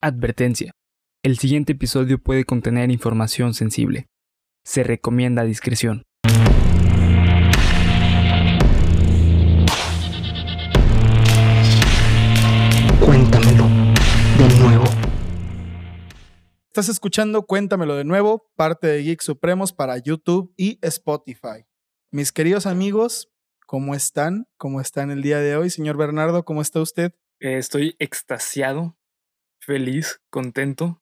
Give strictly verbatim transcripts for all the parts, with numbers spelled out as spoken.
Advertencia. El siguiente episodio puede contener información sensible. Se recomienda discreción. Cuéntamelo de nuevo. Estás escuchando Cuéntamelo de nuevo, parte de Geek Supremos para YouTube y Spotify. Mis queridos amigos, ¿cómo están? ¿Cómo están el día de hoy? Señor Bernardo, ¿cómo está usted? Eh, estoy extasiado, feliz, contento.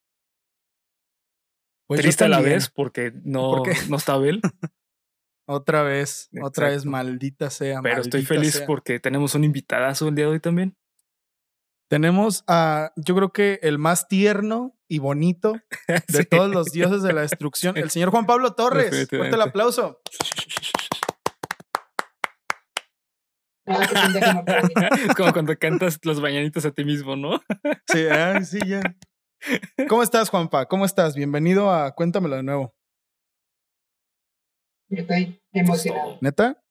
Pues Triste yo a la también. vez porque no, ¿Por qué? no está Abel. Otra vez, otra vez, Exacto. maldita sea. Pero estoy maldita feliz sea. porque tenemos un invitadazo el día de hoy también. Tenemos a, yo creo que el más tierno y bonito de Sí. todos los dioses de la destrucción, Sí. el señor Juan Pablo Torres. Fuerte el Definitivamente. aplauso. Ah, qué pendejo, no puedo decir. Es como cuando cantas los mañanitos a ti mismo, ¿no? Sí, ay, sí, ya. ¿Cómo estás, Juanpa? ¿Cómo estás? Bienvenido a Cuéntamelo de nuevo. Estoy emocionado. ¿Neta?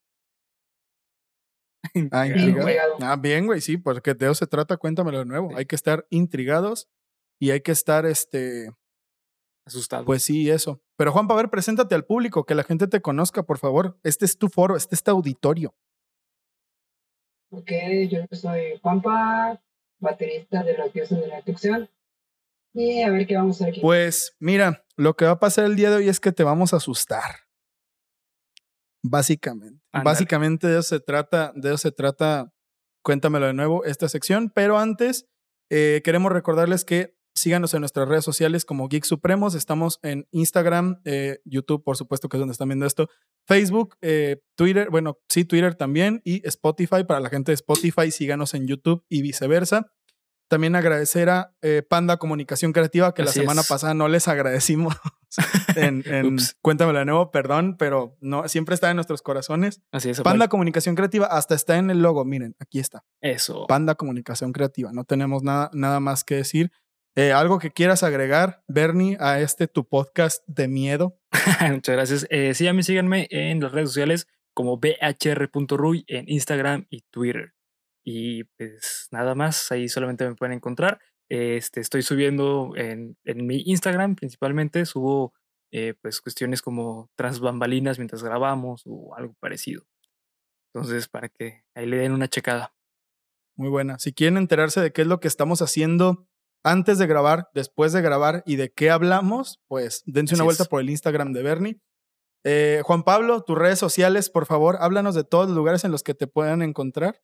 Ah, Bien, intrigado. güey. Ah, bien, güey, sí, porque de eso se trata, Cuéntamelo de nuevo. Sí. Hay que estar intrigados y hay que estar, este, Asustado. pues sí, eso. Pero Juanpa, a ver, preséntate al público, que la gente te conozca, por favor. Este es tu foro, este es tu auditorio. Ok, yo soy Juanpa, baterista de los dioses de la destrucción. Y a ver qué vamos a hacer aquí. Pues mira, lo que va a pasar el día de hoy es que te vamos a asustar. Básicamente. Ándale. Básicamente de eso se trata, de eso se trata, Cuéntamelo de nuevo, esta sección. Pero antes, eh, queremos recordarles que síganos en nuestras redes sociales como Geek Supremos. Estamos en Instagram, eh, YouTube, por supuesto, que es donde están viendo esto. Facebook, eh, Twitter, bueno, sí, Twitter también. Y Spotify, para la gente de Spotify, síganos en YouTube y viceversa. También agradecer a eh, Panda Comunicación Creativa, que la Así semana es. pasada no les agradecimos en, en Ups. Cuéntamelo de nuevo, perdón, pero no, siempre está en nuestros corazones. Así es, Panda Abel. Comunicación Creativa, hasta está en el logo, miren, aquí está. Eso. Panda Comunicación Creativa, no tenemos nada, nada más que decir. Eh, ¿Algo que quieras agregar, Bernie, a este tu podcast de miedo? Muchas gracias. Eh, sí, a mí síganme en las redes sociales como b h r punto ruy en Instagram y Twitter. Y pues nada más, ahí solamente me pueden encontrar. Este, estoy subiendo en, en mi Instagram principalmente, subo eh, pues cuestiones como tras bambalinas mientras grabamos o algo parecido. Entonces, para que ahí le den una checada. Muy buena. Si quieren enterarse de qué es lo que estamos haciendo antes de grabar, después de grabar y de qué hablamos, pues dense Así una vuelta es. por el Instagram de Bernie. Eh, Juan Pablo, tus redes sociales, por favor, háblanos de todos los lugares en los que te puedan encontrar.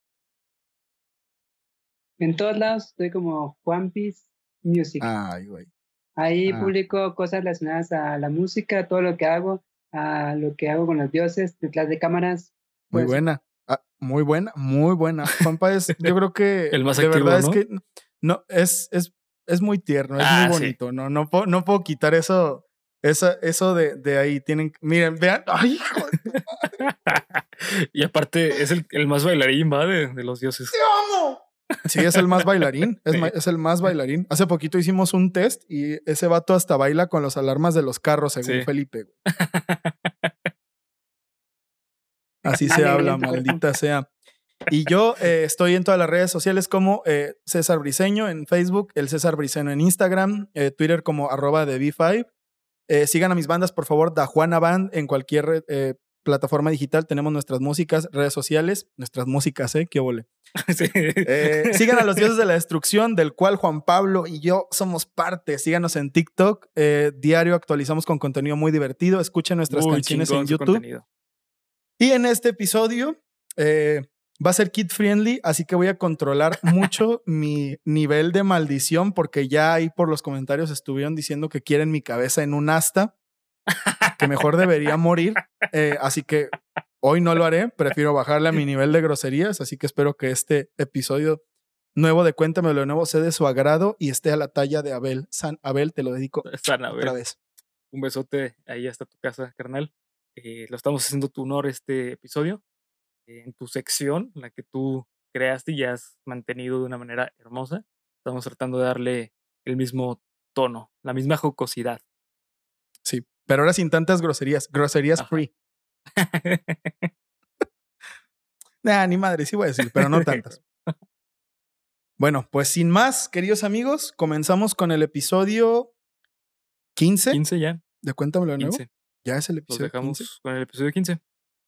En todos lados estoy como Juanpis Music. Ay, güey. Ahí ah. publico cosas relacionadas a la música, todo lo que hago, a lo que hago con los dioses, detrás de cámaras. Muy todo eso. buena. Ah, muy buena, muy buena. Juanpa es, yo creo que El más de activo, verdad ¿no? es que no, es, es, es muy tierno, es Ah, muy sí. bonito. No, no, puedo, no puedo quitar eso, esa, eso de, de ahí. Tienen, miren, vean. Ay, hijo de- Y aparte es el, el más bailarín, ¿va? De, de los dioses. ¡Te amo! Sí, es el más bailarín. Es, Sí. ma- es el más bailarín. Hace poquito hicimos un test y ese vato hasta baila con las alarmas de los carros, según Sí. Felipe. Güey. Así Dale, se habla, Oriente, maldita sea. Y yo eh, estoy en todas las redes sociales como eh, César Briceño en Facebook, el César Briceño en Instagram, eh, Twitter como arroba de B cinco. Eh, sigan a mis bandas, por favor, Da Juana Band en cualquier eh, plataforma digital. Tenemos nuestras músicas, redes sociales, nuestras músicas, ¿eh? Qué ole. Sí. Eh, sigan a los dioses de la destrucción, del cual Juan Pablo y yo somos parte. Síganos en TikTok. Eh, diario actualizamos con contenido muy divertido. Escuchen nuestras Muy canciones chingón en su YouTube. contenido. Y en este episodio eh, va a ser kid friendly, así que voy a controlar mucho mi nivel de maldición porque ya ahí por los comentarios estuvieron diciendo que quieren mi cabeza en un asta, que mejor debería morir. Eh, así que hoy no lo haré, prefiero bajarle a mi nivel de groserías, así que espero que este episodio nuevo de Cuéntamelo de nuevo sea de su agrado y esté a la talla de Abel. San Abel, te lo dedico Sana, otra Abel. vez. Un besote ahí hasta tu casa, carnal. Eh, lo estamos haciendo tu honor este episodio. Eh, en tu sección, la que tú creaste y has mantenido de una manera hermosa. Estamos tratando de darle el mismo tono, la misma jocosidad. Sí, pero ahora sin tantas groserías, groserías Ajá. free. Nah, ni madre, sí voy a decir, pero no tantas. Bueno, pues sin más, queridos amigos, comenzamos con el episodio quince. quince ya. De Cuéntamelo de nuevo. quince. Ya es el Los episodio dejamos quince. con el episodio quince.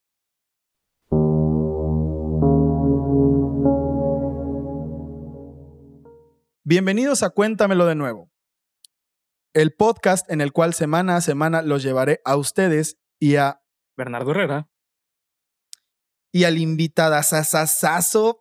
Bienvenidos a Cuéntamelo de nuevo, el podcast en el cual semana a semana los llevaré a ustedes y a Bernardo Herrera. y al invitadazazazazo.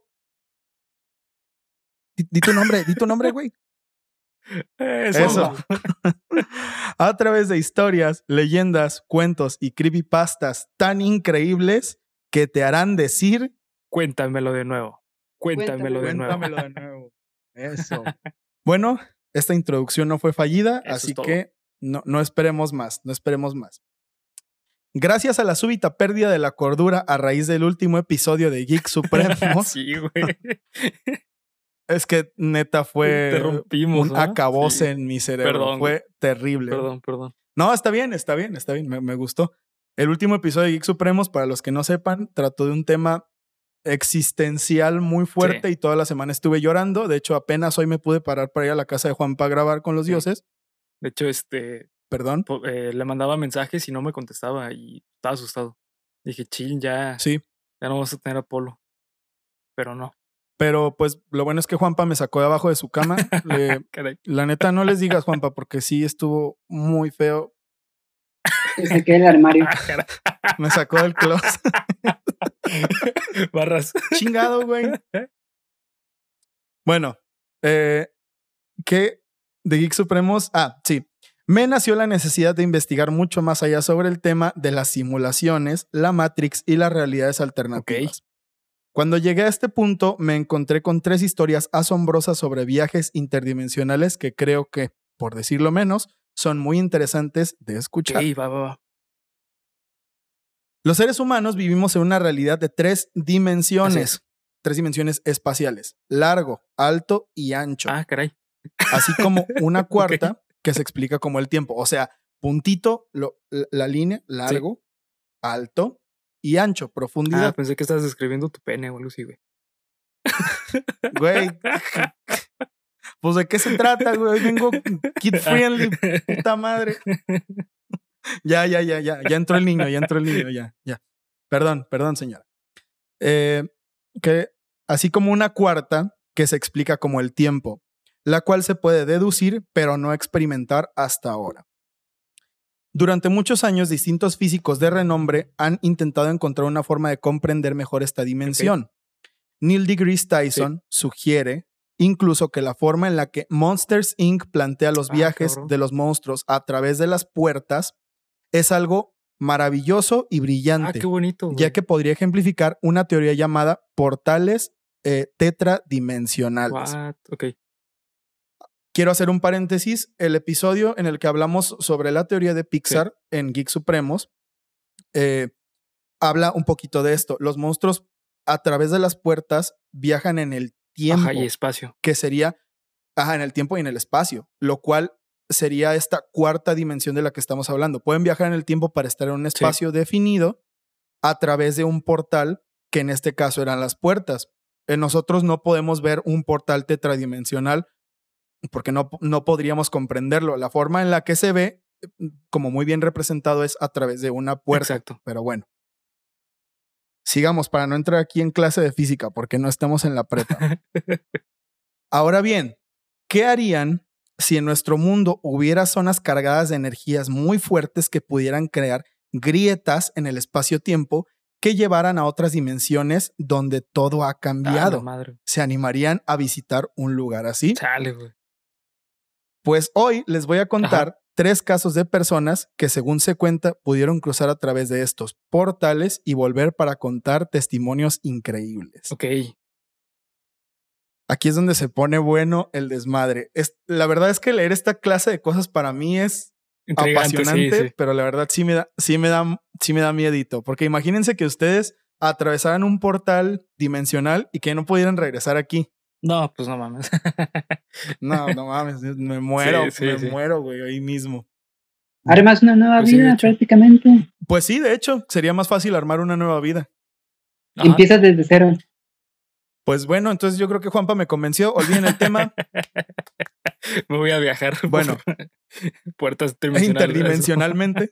Di, di tu nombre, di tu nombre, güey. Eso. Eso. A través de historias, leyendas, cuentos y creepypastas tan increíbles que te harán decir Cuéntamelo de nuevo. Cuéntamelo de nuevo. Cuéntamelo de nuevo. Eso. Bueno, esta introducción no fue fallida, Eso así es todo. que no, no esperemos más, no esperemos más. Gracias a la súbita pérdida de la cordura a raíz del último episodio de Geek Supremos, Sí, güey. es que neta fue Interrumpimos, un ¿no? acabose Sí. en mi cerebro. Perdón, Fue terrible. Perdón, perdón. No, está bien, está bien, está bien, me, me gustó. El último episodio de Geek Supremos, para los que no sepan, trató de un tema existencial muy fuerte Sí. y toda la semana estuve llorando. De hecho, apenas hoy me pude parar para ir a la casa de Juanpa a grabar con los Sí. dioses. De hecho, este Perdón. po- eh, le mandaba mensajes y no me contestaba y estaba asustado. Dije, chill, ya, Sí, ya no vamos a tener a Polo. Pero no. pero pues lo bueno es que Juanpa me sacó de abajo de su cama. Le- Caray. la neta, no les digas, Juanpa, porque sí estuvo muy feo. Se saqué el armario. Ah, caray. Me sacó del closet. Barras. Chingado, güey. Bueno, eh, ¿qué de Geek Supremos? Ah, sí. Me nació la necesidad de investigar mucho más allá sobre el tema de las simulaciones, la Matrix y las realidades alternativas. Cuando llegué a este punto, me encontré con tres historias asombrosas sobre viajes interdimensionales que creo que, por decirlo menos, son muy interesantes de escuchar. Ok, va, va, va. Los seres humanos vivimos en una realidad de tres Así dimensiones, es. tres dimensiones espaciales, largo, alto y ancho, Ah, caray. así como una cuarta que se explica como el tiempo, o sea, puntito, lo- la, la línea, largo, alto y ancho, Ah, profundidad. pensé que estabas describiendo tu pene o algo así, güey. Güey, pues ¿de qué se trata, güey? Hoy vengo kid friendly, puta madre. Ya, ya, ya, ya, ya entró el niño, ya entró el niño, ya, ya. Perdón, perdón, señora. Eh, que así como una cuarta que se explica como el tiempo, la cual se puede deducir, pero no experimentar hasta ahora. Durante muchos años, distintos físicos de renombre han intentado encontrar una forma de comprender mejor esta dimensión. Neil deGrasse Tyson sugiere incluso que la forma en la que Monsters incorporated plantea los Ah, viajes cabrón. de los monstruos a través de las puertas es algo maravilloso y Ah, brillante, qué bonito, güey. ya que podría ejemplificar una teoría llamada portales eh, tetradimensionales. What? Ok. Quiero hacer un paréntesis. El episodio en el que hablamos sobre la teoría de Pixar en Geek Supremos eh, habla un poquito de esto. Los monstruos a través de las puertas viajan en el tiempo, Ajá, y espacio. que sería ajá, en el tiempo y en el espacio, lo cual sería esta cuarta dimensión de la que estamos hablando. Pueden viajar en el tiempo para estar en un espacio definido a través de un portal, que en este caso eran las puertas. Eh, nosotros no podemos ver un portal tetradimensional porque no, no podríamos comprenderlo. La forma en la que se ve, como muy bien representado, es a través de una puerta. Exacto. Pero bueno. Sigamos para no entrar aquí en clase de física porque no estamos en la prepa. Ahora bien, ¿qué harían si en nuestro mundo hubiera zonas cargadas de energías muy fuertes que pudieran crear grietas en el espacio-tiempo que llevaran a otras dimensiones donde todo ha Ah, la cambiado? madre. ¿Se animarían a visitar un lugar así? Chale, güey. Pues hoy les voy a contar tres casos de personas que, según se cuenta, pudieron cruzar a través de estos portales y volver para contar testimonios increíbles. Ok. Aquí es donde se pone bueno el desmadre. Es, la verdad es que leer esta clase de cosas para mí es Intrigante, apasionante, sí, sí. pero la verdad sí me da, sí me da, sí me da miedito. Porque imagínense que ustedes atravesaran un portal dimensional y que no pudieran regresar aquí. No, pues no mames. No, no mames, me muero, Sí, sí, me sí. muero, güey, ahí mismo. Armas una nueva Pues sí, de vida hecho. prácticamente. Pues sí, de hecho, sería más fácil armar una nueva vida. Ajá. Empiezas desde cero. Pues bueno, entonces yo creo que Juanpa me convenció. Olviden el tema. Me voy a viajar. Bueno. Puertas tridimensionales. Interdimensionalmente.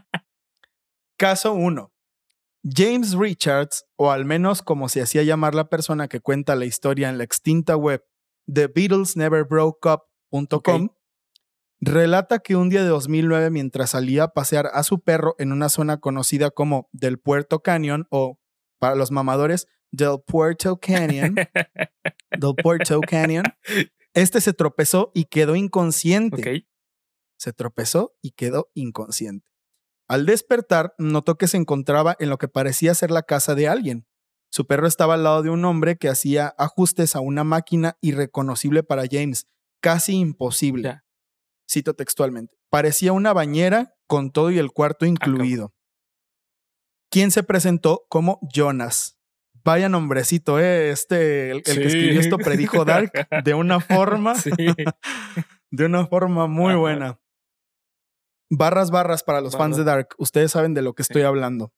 Caso uno. James Richards, o al menos como se hacía llamar la persona que cuenta la historia en la extinta web The Beatles Never Broke Up punto com, okay, relata que un día de dos mil nueve, mientras salía a pasear a su perro en una zona conocida como Del Puerto Canyon, o para los mamadores, Del Puerto Canyon, Del Puerto Canyon, este se tropezó y quedó inconsciente. Okay. Se tropezó y quedó inconsciente. Al despertar, notó que se encontraba en lo que parecía ser la casa de alguien. Su perro estaba al lado de un hombre que hacía ajustes a una máquina irreconocible para James, casi imposible. Yeah. Cito textualmente. Parecía una bañera con todo y el cuarto incluido. Quien se presentó como Jonas. Vaya nombrecito, ¿eh? Este, el, el sí. que escribió esto predijo Dark de una forma, sí. de una forma muy Ajá. buena. Barras, barras para los barras. fans de Dark. Ustedes saben de lo que estoy sí. hablando.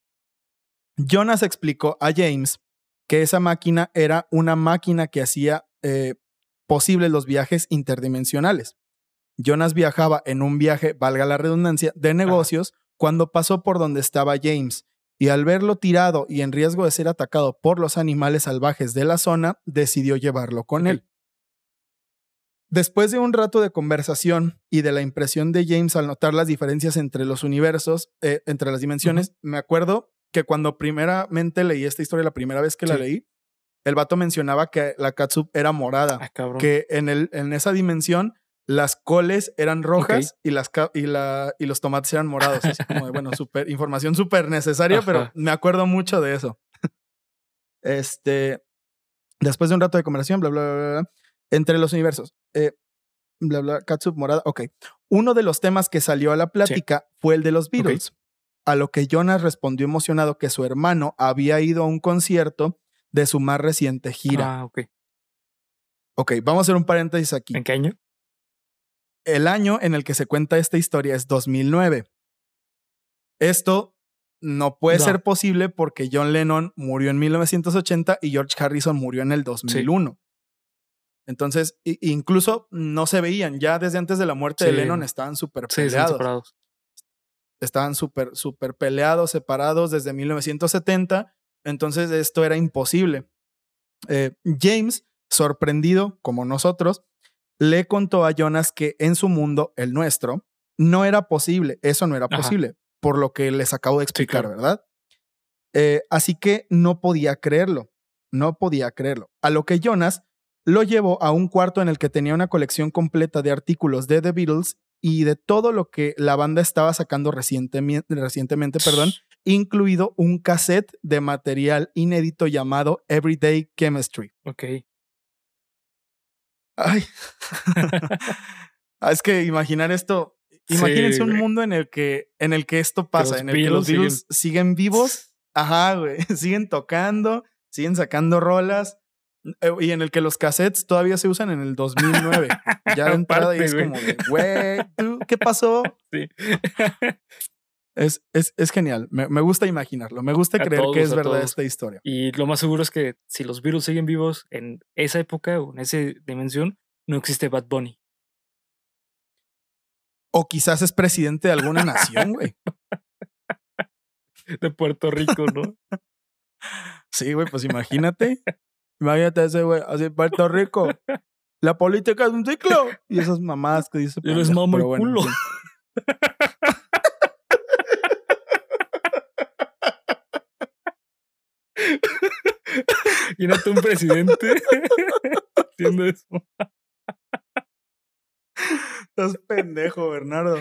Jonas explicó a James que esa máquina era una máquina que hacía eh, posibles los viajes interdimensionales. Jonas viajaba en un viaje, valga la redundancia, de negocios Ajá. cuando pasó por donde estaba James, y al verlo tirado y en riesgo de ser atacado por los animales salvajes de la zona, decidió llevarlo con okay. él. Después de un rato de conversación y de la impresión de James al notar las diferencias entre los universos, eh, entre las dimensiones, uh-huh. me acuerdo que cuando primeramente leí esta historia, la primera vez que sí. la leí, el vato mencionaba que la catsup era morada, ah, que en, el, en esa dimensión las coles eran rojas okay. y, las, y, la, y los tomates eran morados. Así como de, bueno, super, información súper necesaria, Ajá. pero me acuerdo mucho de eso. Este, después de un rato de conversación, bla, bla, bla, bla, entre los universos, eh, bla, bla, catsup morada, ok. Uno de los temas que salió a la plática sí. fue el de los Beatles, okay. a lo que Jonas respondió emocionado que su hermano había ido a un concierto de su más reciente gira. Ah, ok. Ok, vamos a hacer un paréntesis aquí. ¿En qué año? El año en el que se cuenta esta historia es dos mil nueve. Esto no puede no. ser posible porque John Lennon murió en mil novecientos ochenta y George Harrison murió en el dos mil uno. Sí. Entonces, incluso no se veían. Ya desde antes de la muerte sí. de Lennon estaban súper sí, peleados. separados. Estaban súper, súper peleados, separados desde mil novecientos setenta. Entonces, esto era imposible. Eh, James, sorprendido como nosotros, le contó a Jonas que en su mundo, el nuestro, no era posible. Eso no era Ajá. posible, por lo que les acabo de explicar, sí, claro. ¿verdad? Eh, así que no podía creerlo. No podía creerlo. A lo que Jonas lo llevó a un cuarto en el que tenía una colección completa de artículos de The Beatles y de todo lo que la banda estaba sacando recientemente, recientemente perdón, incluido un cassette de material inédito llamado Everyday Chemistry. Ok. Ay. Es que imaginar esto, imagínense sí, un güey. mundo en el que en el que esto pasa, en el que los Beatles siguen... siguen vivos, ajá, güey, siguen tocando, siguen sacando rolas y en el que los cassettes todavía se usan en el dos mil nueve. Ya de entrada Aparte, y es güey. como de, güey, ¿tú qué pasó? Sí. Es, es, es genial, me, me gusta imaginarlo, me gusta a creer todos, que es verdad todos. esta historia. Y lo más seguro es que si los Beatles siguen vivos en esa época o en esa dimensión, no existe Bad Bunny. O quizás es presidente de alguna nación, güey. De Puerto Rico, ¿no? Sí, güey, pues imagínate. Imagínate ese güey, así Puerto Rico. La política es un ciclo. Y esas mamadas que dice. Yo les mamo el bueno, culo. Imagínate un presidente haciendo eso. Estás pendejo, Bernardo.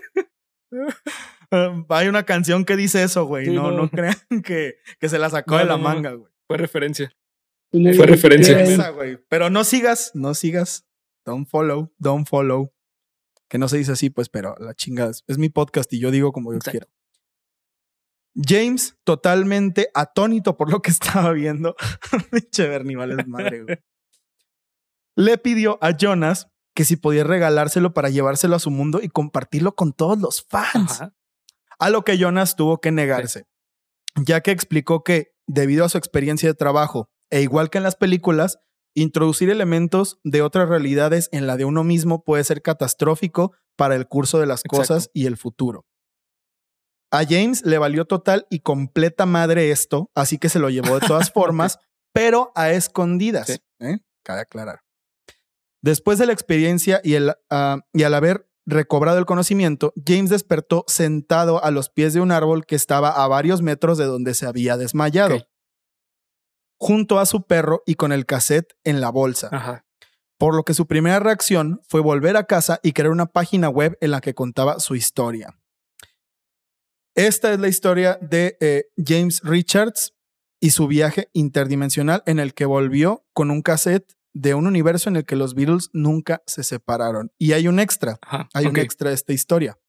Uh, hay una canción que dice eso, güey. Sí, no, no, no crean que, que se la sacó no, de la no, manga, güey. Fue referencia. No, Fue referencia. Esa, güey. Pero no sigas, no sigas. Don't follow, don't follow. Que no se dice así, pues, pero la chingada. Es, es mi podcast y yo digo como yo Exacto. quiero. James, totalmente atónito por lo que estaba viendo. Pinche Bernie, vale madre, güey. Le pidió a Jonas que si podía regalárselo para llevárselo a su mundo y compartirlo con todos los fans. Ajá. A lo que Jonas tuvo que negarse, sí. ya que explicó que, debido a su experiencia de trabajo E igual que en las películas, introducir elementos de otras realidades en la de uno mismo puede ser catastrófico para el curso de las Exacto. cosas y el futuro. A James le valió total y completa madre esto, así que se lo llevó de todas formas, pero a escondidas. Sí. ¿eh? Cabe aclarar. Después de la experiencia y, el, uh, y al haber recobrado el conocimiento, James despertó sentado a los pies de un árbol que estaba a varios metros de donde se había desmayado, Ok. junto a su perro y con el cassette en la bolsa. Ajá. Por lo que su primera reacción fue volver a casa y crear una página web en la que contaba su historia. Esta es la historia de eh, James Richards y su viaje interdimensional en el que volvió con un cassette de un universo en el que los Beatles nunca se separaron. Y hay un extra, Ajá. hay Ok. un extra de esta historia.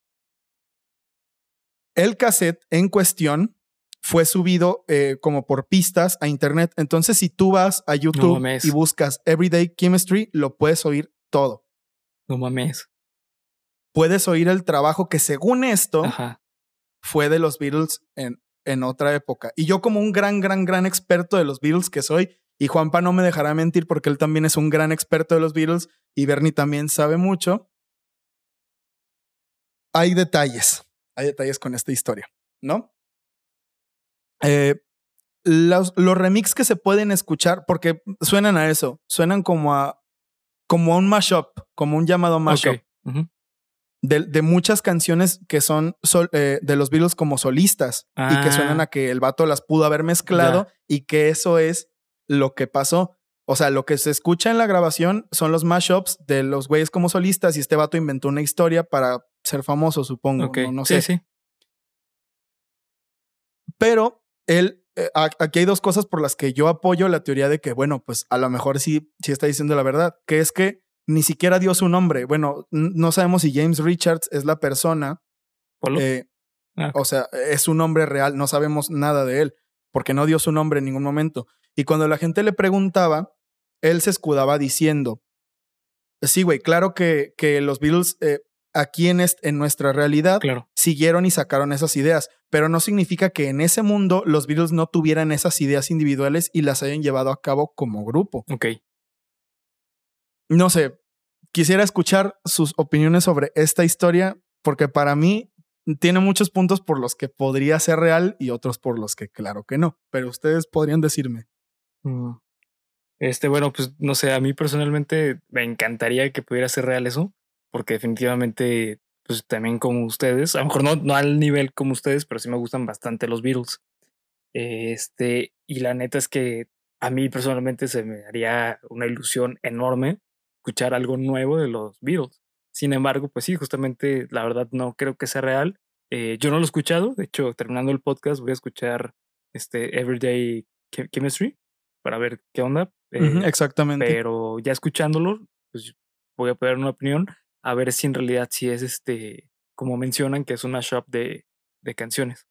El cassette en cuestión fue subido eh, como por pistas a internet. Entonces, si tú vas a YouTube mames. y buscas Everyday Chemistry, lo puedes oír todo. No mames. Puedes oír el trabajo que, según esto, Ajá. fue de los Beatles en, en otra época. Y yo, como un gran, gran, gran experto de los Beatles que soy, y Juanpa no me dejará mentir porque él también es un gran experto de los Beatles y Bernie también sabe mucho, hay detalles, hay detalles con esta historia, ¿no? Eh, los, los remix que se pueden escuchar, porque suenan a eso, suenan como a, como a un mashup, como un llamado mashup. Ok. Ujú. De, de muchas canciones que son sol, eh, de los Beatles como solistas Ah. y que suenan a que el vato las pudo haber mezclado Ya. y que eso es lo que pasó. O sea, lo que se escucha en la grabación son los mashups de los güeyes como solistas y este vato inventó una historia para ser famoso, supongo. Ok. No, no sí, sé. sí. Pero él, eh, aquí hay dos cosas por las que yo apoyo la teoría de que, bueno, pues a lo mejor sí, sí está diciendo la verdad, que es que ni siquiera dio su nombre. Bueno, no sabemos si James Richards es la persona. ¿Polo? Eh, Ah, ok. o sea, es un nombre real, no sabemos nada de él, porque no dio su nombre en ningún momento. Y cuando la gente le preguntaba, él se escudaba diciendo, sí, güey, claro que, que los Beatles eh, aquí en, est- en nuestra realidad Claro. siguieron y sacaron esas ideas, pero no significa que en ese mundo los Beatles no tuvieran esas ideas individuales y las hayan llevado a cabo como grupo. Ok. No sé, quisiera escuchar sus opiniones sobre esta historia, porque para mí tiene muchos puntos por los que podría ser real y otros por los que claro que no, pero ustedes podrían decirme. Mm. Este, bueno, pues no sé, a mí personalmente me encantaría que pudiera ser real eso, porque definitivamente, pues también como ustedes, a lo mejor no, no al nivel como ustedes, pero sí me gustan bastante los Beatles. Este, y la neta es que a mí personalmente se me haría una ilusión enorme escuchar algo nuevo de los Beatles. Sin embargo, pues sí, justamente la verdad no creo que sea real. Eh, yo no lo he escuchado, de hecho, terminando el podcast voy a escuchar este Everyday Che- Chemistry para ver qué onda. eh, Ujú, exactamente. pero ya escuchándolo, pues voy a poner una opinión a ver si en realidad sí es este, como mencionan, que es una shop de, de canciones.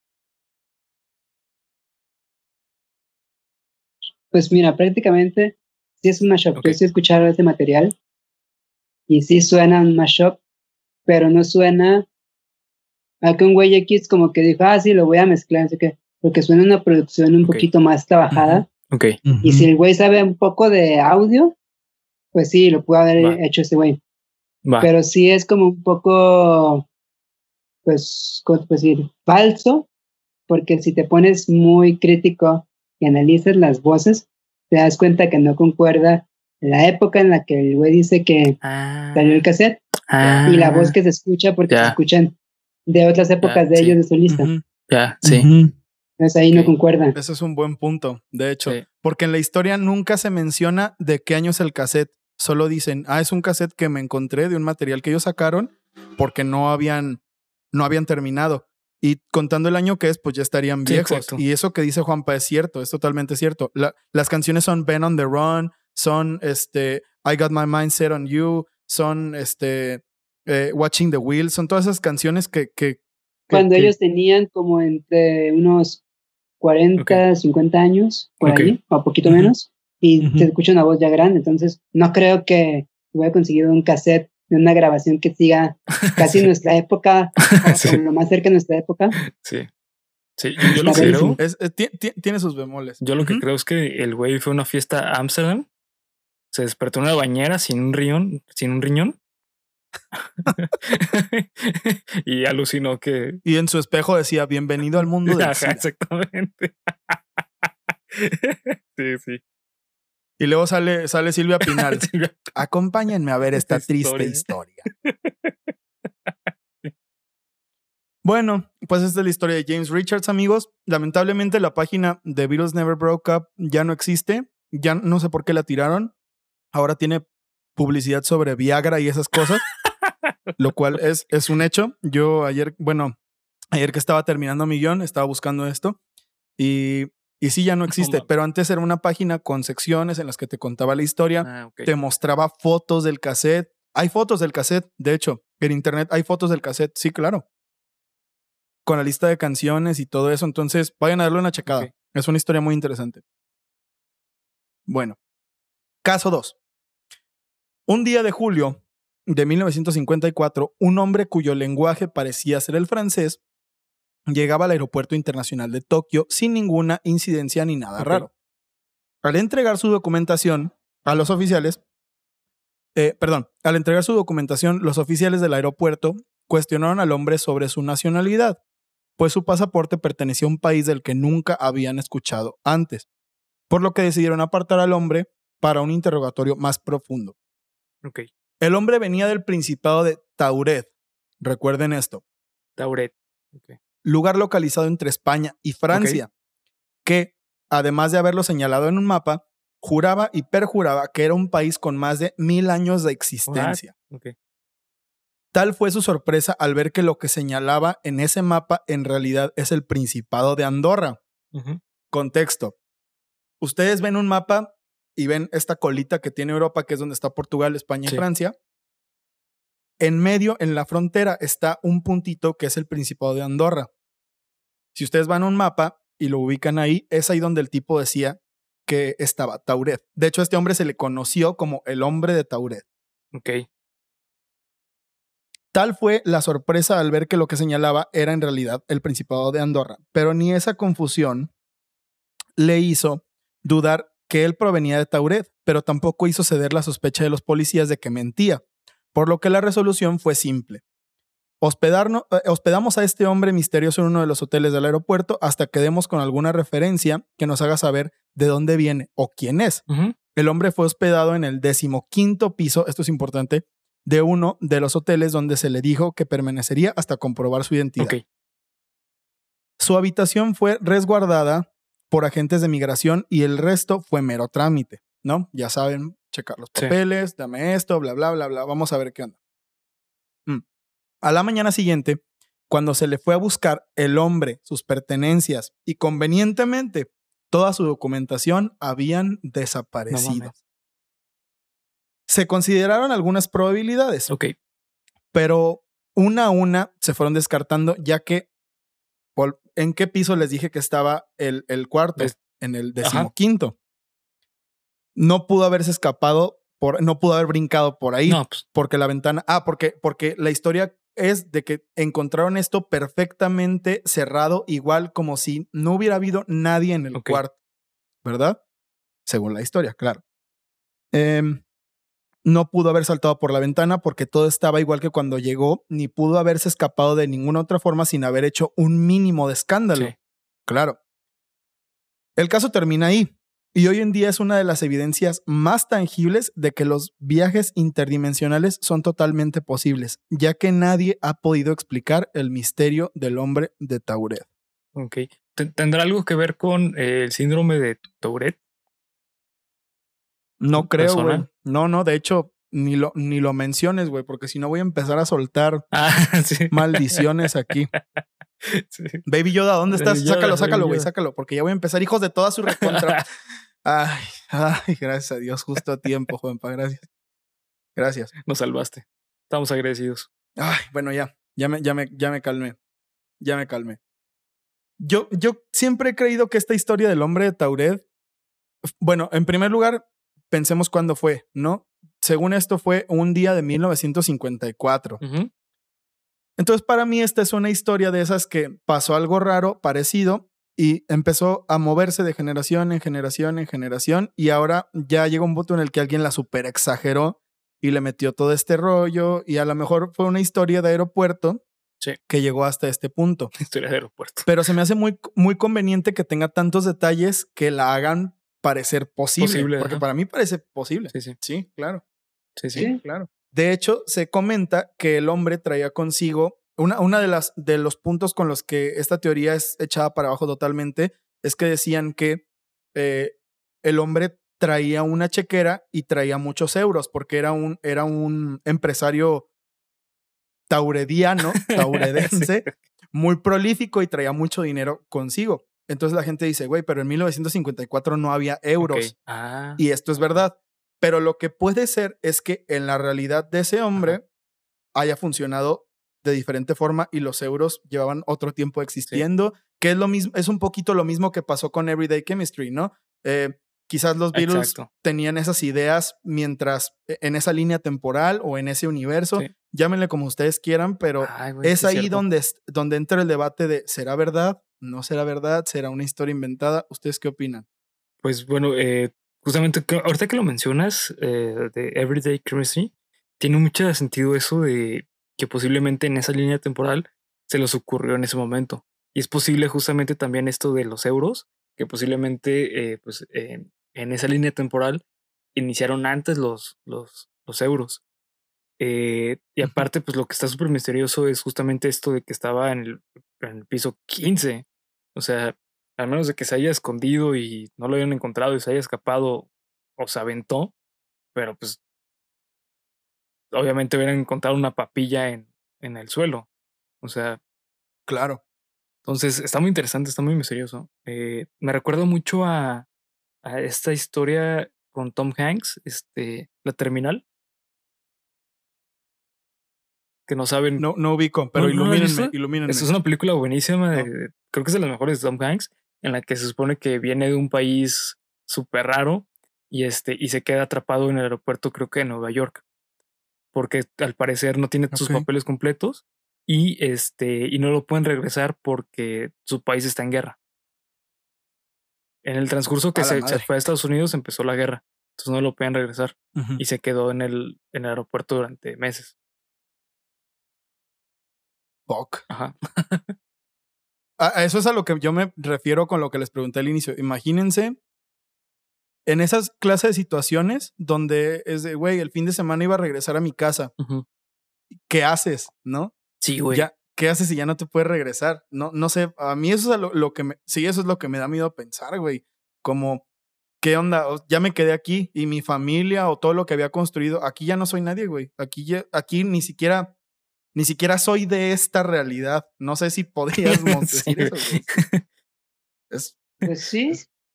Pues mira, prácticamente sí es un mashup. Ok. Yo sí he escuchado ese material y sí suena un mashup, pero no suena a que un güey X como que dijo, ah, sí, lo voy a mezclar, así que, porque suena una producción un Ok. poquito más trabajada. Ok, Y si el güey sabe un poco de audio, pues sí, lo pudo haber Va. hecho ese güey. va. Pero sí es como un poco, pues, ¿cómo te puedo decir? Falso, porque si te pones muy crítico y analizas las voces, te das cuenta que no concuerda la época en la que el güey dice que Ah, salió el cassette ah, y la voz que se escucha porque ya. se escuchan de otras épocas de sí. ellos de solista. Ujú, Ya, sí. ujú. Entonces ahí Ok. no concuerda. Ese es un buen punto, de hecho, Sí. porque en la historia nunca se menciona de qué año es el cassette. Solo dicen, ah, es un cassette que me encontré de un material que ellos sacaron porque no habían, no habían terminado. Y contando el año que es, pues ya estarían Sí, viejos. exacto. Y eso que dice Juanpa es cierto, es totalmente cierto. La- las canciones son Ben on the Run, son este, I Got My Mind Set on You, son este, eh, Watching the Wheel, son todas esas canciones que... que, que Cuando que- ellos tenían como entre unos cuarenta, cincuenta años, por Ok. ahí, o poquito Ujú. menos, y Ujú. se escucha una voz ya grande. Entonces, no creo que hubiera conseguido un cassette de una grabación que siga casi Sí. nuestra época, o Sí. con lo más cerca de nuestra época. Sí. Sí, yo, yo lo Está que rarísimo. creo, Es, es- ti- ti- tiene sus bemoles. yo lo que Ujú. creo es que el güey fue a una fiesta a Ámsterdam, se despertó en una bañera sin un riñón, sin un riñón. Y alucinó que. Y en su espejo decía, bienvenido al mundo del Ajá, SIDA. exactamente. Sí, sí. Y luego sale, sale Silvia Pinal. Silvia, Acompáñenme a ver esta Esta triste historia. historia. Bueno, pues esta es la historia de James Richards, amigos. Lamentablemente la página de Beatles Never Broke Up ya no existe. Ya no sé por qué la tiraron. Ahora tiene publicidad sobre Viagra y esas cosas, lo cual es, es un hecho. Yo ayer, bueno, ayer que estaba terminando mi guión, estaba buscando esto y, y sí, ya no existe. mames. Pero antes era una página con secciones en las que te contaba la historia, Ah, ok. te mostraba fotos del cassette. Hay fotos del cassette, de hecho, en internet hay fotos del cassette, sí, claro. Con la lista de canciones y todo eso. Entonces, vayan a darle una checada. Ok. Es una historia muy interesante. Bueno, caso dos. Un día de julio de mil novecientos cincuenta y cuatro, un hombre cuyo lenguaje parecía ser el francés llegaba al aeropuerto internacional de Tokio sin ninguna incidencia ni nada Ok. raro. Al entregar su documentación a los oficiales, eh, perdón, al entregar su documentación, los oficiales del aeropuerto cuestionaron al hombre sobre su nacionalidad, pues su pasaporte pertenecía a un país del que nunca habían escuchado antes, por lo que decidieron apartar al hombre para un interrogatorio más profundo. Ok. El hombre venía del Principado de Tauret. Recuerden esto. Tauret. Ok. Lugar localizado entre España y Francia, que, además de haberlo señalado en un mapa, juraba y perjuraba que era un país con más de mil años de existencia. Ok. Tal fue su sorpresa al ver que lo que señalaba en ese mapa en realidad es el Principado de Andorra. Ujú. Contexto. Ustedes ven un mapa y ven esta colita que tiene Europa, que es donde está Portugal, España Sí. y Francia. En medio, en la frontera, está un puntito que es el Principado de Andorra. Si ustedes van a un mapa y lo ubican ahí, es ahí donde el tipo decía que estaba Tauret. De hecho, a este hombre se le conoció como el hombre de Tauret. Ok. Tal fue la sorpresa al ver que lo que señalaba era en realidad el Principado de Andorra, pero ni esa confusión le hizo dudar que él provenía de Tauret, pero tampoco hizo ceder la sospecha de los policías de que mentía, por lo que la resolución fue simple. Hospedarnos, eh, hospedamos a este hombre misterioso en uno de los hoteles del aeropuerto hasta que demos con alguna referencia que nos haga saber de dónde viene o quién es. Ujú. El hombre fue hospedado en el decimoquinto piso, esto es importante, de uno de los hoteles donde se le dijo que permanecería hasta comprobar su identidad. Ok. Su habitación fue resguardada por agentes de migración y el resto fue mero trámite, ¿no? Ya saben, checar los Sí. papeles, dame esto, bla, bla, bla, bla, vamos a ver qué onda. Mm. A la mañana siguiente, cuando se le fue a buscar el hombre, sus pertenencias y convenientemente toda su documentación habían No desaparecido. mames. Se consideraron algunas probabilidades, Ok. pero una a una se fueron descartando, ya que por- ¿en qué piso les dije que estaba el, el cuarto? Es- En el Ajá. decimoquinto. No pudo haberse escapado, por, no pudo haber brincado por ahí, No, pues. porque la ventana, ah, porque, porque la historia es de que encontraron esto perfectamente cerrado, igual como si no hubiera habido nadie en el Ok. cuarto, ¿verdad? Según la historia, claro. Em, no pudo haber saltado por la ventana porque todo estaba igual que cuando llegó, ni pudo haberse escapado de ninguna otra forma sin haber hecho un mínimo de escándalo. Sí. Claro. El caso termina ahí. Y hoy en día es una de las evidencias más tangibles de que los viajes interdimensionales son totalmente posibles, ya que nadie ha podido explicar el misterio del hombre de Tauret. Ok. ¿Ten- ¿Tendrá algo que ver con eh, el síndrome de Tourette? No creo, güey. ¿Persona? No, no, de hecho, ni lo, ni lo menciones, güey, porque si no voy a empezar a soltar Ah, sí. maldiciones aquí. Sí. Baby Yoda, ¿dónde estás? Baby Yoda, sácalo, Baby sácalo, güey, Yoda. sácalo, porque ya voy a empezar, hijos de toda su recontra. Ay, ay, gracias a Dios, justo a tiempo, Juanpa, gracias. Gracias. Nos salvaste. Estamos agradecidos. Ay, bueno, ya, ya me, ya me, ya me calmé. Ya me calmé. Yo, yo siempre he creído que esta historia del hombre de Tauret, bueno, en primer lugar, pensemos cuándo fue, ¿no? Según esto fue un día de mil novecientos cincuenta y cuatro. Ujú. Entonces, para mí, esta es una historia de esas que pasó algo raro, parecido, y empezó a moverse de generación en generación en generación, y ahora ya llega un punto en el que alguien la super exageró y le metió todo este rollo, y a lo mejor fue una historia de aeropuerto Sí. que llegó hasta este punto. Historia de aeropuerto. Pero se me hace muy, muy conveniente que tenga tantos detalles que la hagan parecer posible. Posible, porque ajá. para mí parece posible. Sí, sí. Sí, claro. Sí, sí. Sí. Claro. De hecho, se comenta que el hombre traía consigo una, una de las de los puntos con los que esta teoría es echada para abajo totalmente es que decían que eh, el hombre traía una chequera y traía muchos euros porque era un, era un empresario taurediano, tauredense, Sí. muy prolífico y traía mucho dinero consigo. Entonces la gente dice, güey, pero en mil novecientos cincuenta y cuatro no había euros. Ok. Ah. Y esto es verdad. Pero lo que puede ser es que en la realidad de ese hombre Ajá. haya funcionado de diferente forma y los euros llevaban otro tiempo existiendo, sí. que es lo mismo, es un poquito lo mismo que pasó con Everyday Chemistry, ¿no? Eh, quizás los Beatles Exacto. tenían esas ideas mientras en esa línea temporal o en ese universo, sí. llámenle como ustedes quieran, pero Ay, güey, es sí, ahí cierto. donde, donde entra el debate de ¿será verdad? ¿No será verdad? ¿Será una historia inventada? ¿Ustedes qué opinan? Pues bueno, eh, justamente que, ahorita que lo mencionas, eh, de Everyday Chemistry, tiene mucho sentido eso de que posiblemente en esa línea temporal se les ocurrió en ese momento. Y es posible justamente también esto de los euros, que posiblemente eh, pues, eh, en esa línea temporal iniciaron antes los, los, los euros. Eh, y aparte, pues lo que está súper misterioso es justamente esto de que estaba en el, en el piso quince. O sea, al menos de que se haya escondido y no lo hayan encontrado y se haya escapado o se aventó, pero pues obviamente hubieran encontrado una papilla en, en el suelo. O sea, claro. Entonces está muy interesante, está muy misterioso. Eh, me recuerda mucho a, a esta historia con Tom Hanks, este, La Terminal. Que no saben. No, no ubico, pero ¿No, ilumínenme, no ilumínenme. Esta es una película buenísima, no. de, creo que es de las mejores de Tom Hanks, en la que se supone que viene de un país súper raro y, este, y se queda atrapado en el aeropuerto, creo que de Nueva York, porque al parecer no tiene okay. sus papeles completos y, este, y no lo pueden regresar porque su país está en guerra. En el transcurso que se, se fue a Estados Unidos empezó la guerra, entonces no lo pueden regresar uh-huh. y se quedó en el, en el aeropuerto durante meses. Fuck. Ajá. A eso es a lo que yo me refiero con lo que les pregunté al inicio. Imagínense en esas clases de situaciones donde es de, güey, el fin de semana iba a regresar a mi casa. Uh-huh. ¿Qué haces? ¿No? Sí, güey. Ya, ¿qué haces si ya no te puedes regresar? No, no sé, a mí eso es lo, lo que me, sí, eso es lo que me da miedo pensar, güey. Como, ¿qué onda? Ya me quedé aquí y mi familia o todo lo que había construido, aquí ya no soy nadie, güey. Aquí, ya, aquí ni siquiera... Ni siquiera soy de esta realidad. No sé si podríamos sí. decir eso. Güey. Es... Pues sí.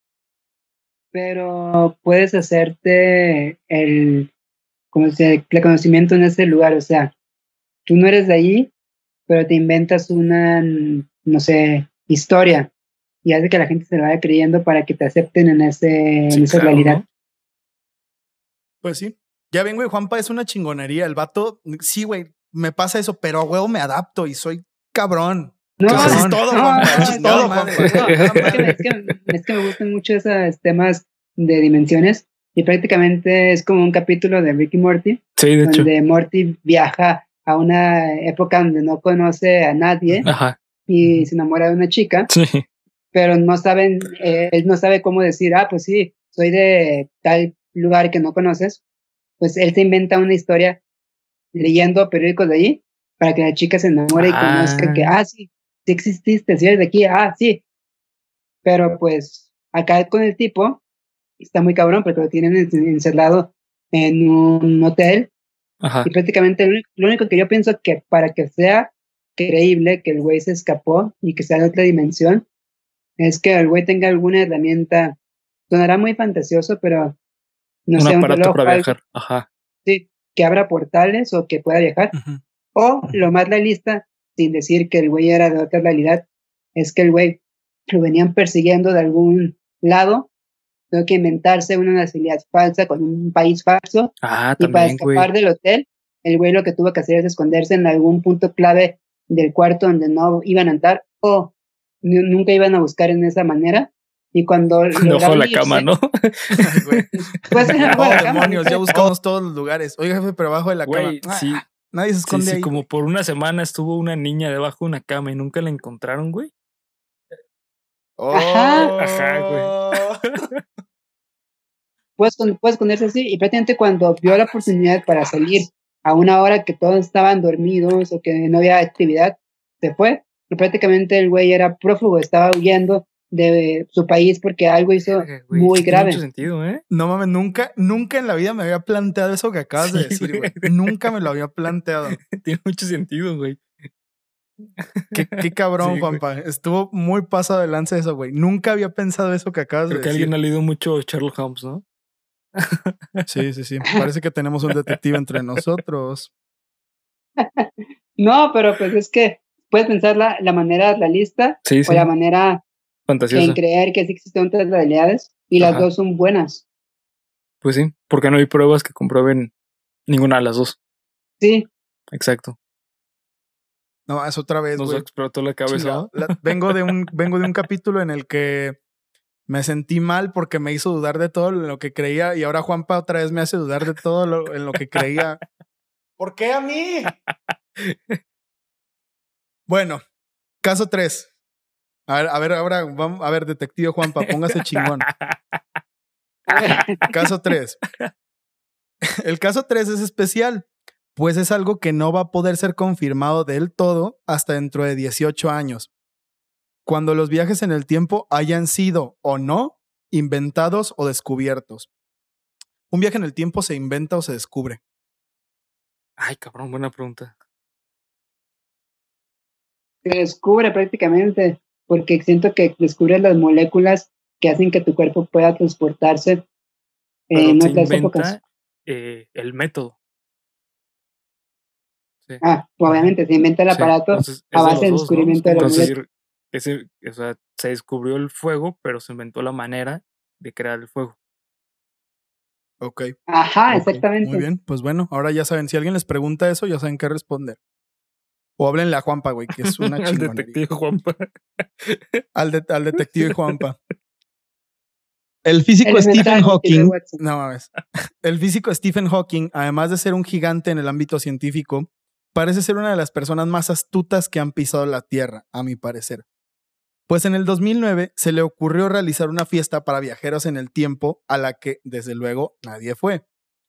Pero puedes hacerte el, como se, el conocimiento en ese lugar. O sea, tú no eres de allí, pero te inventas una, no sé, historia. Y hace que la gente se lo vaya creyendo para que te acepten en, ese, sí, en esa claro, realidad. ¿no? Pues sí. Ya ven, güey, Juanpa es una chingonería. El vato, sí, güey. Me pasa eso, pero a huevo me adapto y soy cabrón. No, haces todo, no, Juanpa. no, Haces no, todo, no, Juanpa. no, es, que, es, que, es que me gustan mucho esos temas de dimensiones y prácticamente es como un capítulo de Rick y Morty. Sí, de donde hecho. Morty viaja a una época donde no conoce a nadie. Ajá. Y se enamora de una chica. Sí. Pero no saben, eh, él no sabe cómo decir, ah, pues sí, soy de tal lugar que no conoces. Pues él se inventa una historia leyendo periódicos de allí para que la chica se enamore ah. y conozca que, ah, sí, sí exististe, si eres de aquí, ah, sí. Pero pues acá con el tipo está muy cabrón porque lo tienen encerrado en un hotel. Ajá. Y prácticamente lo único, lo único que yo pienso que para que sea creíble que el güey se escapó y que sea de otra dimensión es que el güey tenga alguna herramienta. Sonará muy fantasioso, pero no un sé, aparato un reloj, para viajar. algo, Ajá. Sí, que abra portales o que pueda viajar. Uh-huh. O uh-huh. lo más realista, sin decir que el güey era de otra realidad, es que el güey lo venían persiguiendo de algún lado. Tengo que inventarse una nacionalidad falsa con un país falso. Ah, y también, para escapar güey. del hotel, el güey lo que tuvo que hacer es esconderse en algún punto clave del cuarto donde no iban a entrar o n- nunca iban a buscar en esa manera. Y cuando Debajo de lograron la irse, cama, ¿no? Ay, güey. pues debajo Oh, de la cama, demonios, ya literal. buscamos todos los lugares. Oiga, jefe, pero abajo de la Güey, cama. sí. Ah, nadie se Sí, esconde sí, ahí. como güey. por una semana estuvo una niña debajo de una cama y nunca la encontraron, güey. Ajá. Ajá, güey. Oh. Puedes, con- puedes esconderse así. Y prácticamente cuando vio la oportunidad para salir a una hora que todos estaban dormidos o que no había actividad, se fue. Y prácticamente el güey era prófugo, estaba huyendo de su país porque algo hizo Verga, güey, muy sí tiene mucho grave. sentido, ¿eh? No mames, nunca, nunca en la vida me había planteado eso que acabas de Sí, decir, güey. güey. Nunca me lo había planteado. Tiene mucho sentido, güey. Qué, qué cabrón, Sí, güey. Juanpa. Estuvo muy pasado de lanza eso, güey. Nunca había pensado eso que acabas Creo de que decir. alguien ha leído mucho Sherlock Holmes, ¿no? Sí, sí, sí. Parece que tenemos un detective entre nosotros. No, pero pues es que puedes pensar la, la manera realista Sí, o la sí. manera en Fantasiosa. creer que sí existen otras realidades y las Ajá. dos son buenas. Pues sí, porque no hay pruebas que comprueben ninguna de las dos. Sí, Exacto. No, es otra vez, Nos güey. explotó la cabeza, Chingado. ¿no? La- vengo, de un, vengo de un capítulo en el que me sentí mal porque me hizo dudar de todo lo que creía y ahora Juanpa otra vez me hace dudar de todo lo, en lo que creía. ¿Por qué a mí? Bueno, caso tres. A ver, a ver, ahora vamos a ver, detective Juanpa, póngase chingón. Caso tres. El caso tres es especial, pues es algo que no va a poder ser confirmado del todo hasta dentro de dieciocho años, cuando los viajes en el tiempo hayan sido o no inventados o descubiertos. ¿Un viaje en el tiempo se inventa o se descubre? Ay, cabrón, buena pregunta. se descubre prácticamente porque siento que descubres las moléculas que hacen que tu cuerpo pueda transportarse Pero en se otras épocas. inventa eh, el método. Sí. Ah, obviamente se inventa el Sí, aparato entonces a es de base los del dos, ¿no? descubrimiento de las Entonces, moléculas. ese, o sea, se descubrió el fuego, pero se inventó la manera de crear el fuego. Ok. Ajá, ok, exactamente. Muy bien, pues bueno, ahora ya saben, si alguien les pregunta eso, ya saben qué responder. O háblenle a Juanpa, güey, que es una Al chingonería. detective Juanpa. Al, de- al detective Juanpa. El físico Elemental, Stephen mi querido Hawking, Watson. no mames. El físico Stephen Hawking, además de ser un gigante en el ámbito científico, parece ser una de las personas más astutas que han pisado la Tierra, a mi parecer. Pues en el dos mil nueve se le ocurrió realizar una fiesta para viajeros en el tiempo a la que, desde luego, nadie fue.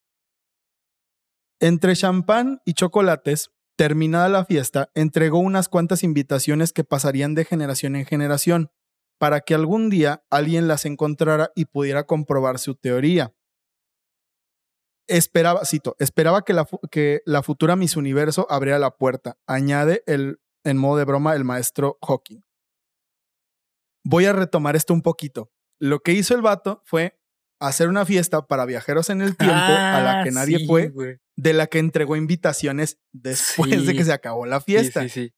Entre champán y chocolates, terminada la fiesta, entregó unas cuantas invitaciones que pasarían de generación en generación, para que algún día alguien las encontrara y pudiera comprobar su teoría. Esperaba, cito, esperaba que la, que la futura Miss Universo abriera la puerta, añade el, en modo de broma el maestro Hawking. Voy a retomar esto un poquito. Lo que hizo el vato fue hacer una fiesta para viajeros en el tiempo ah, a la que nadie sí, fue, güey. de la que entregó invitaciones después Sí. de que se acabó la fiesta. Sí, sí, sí.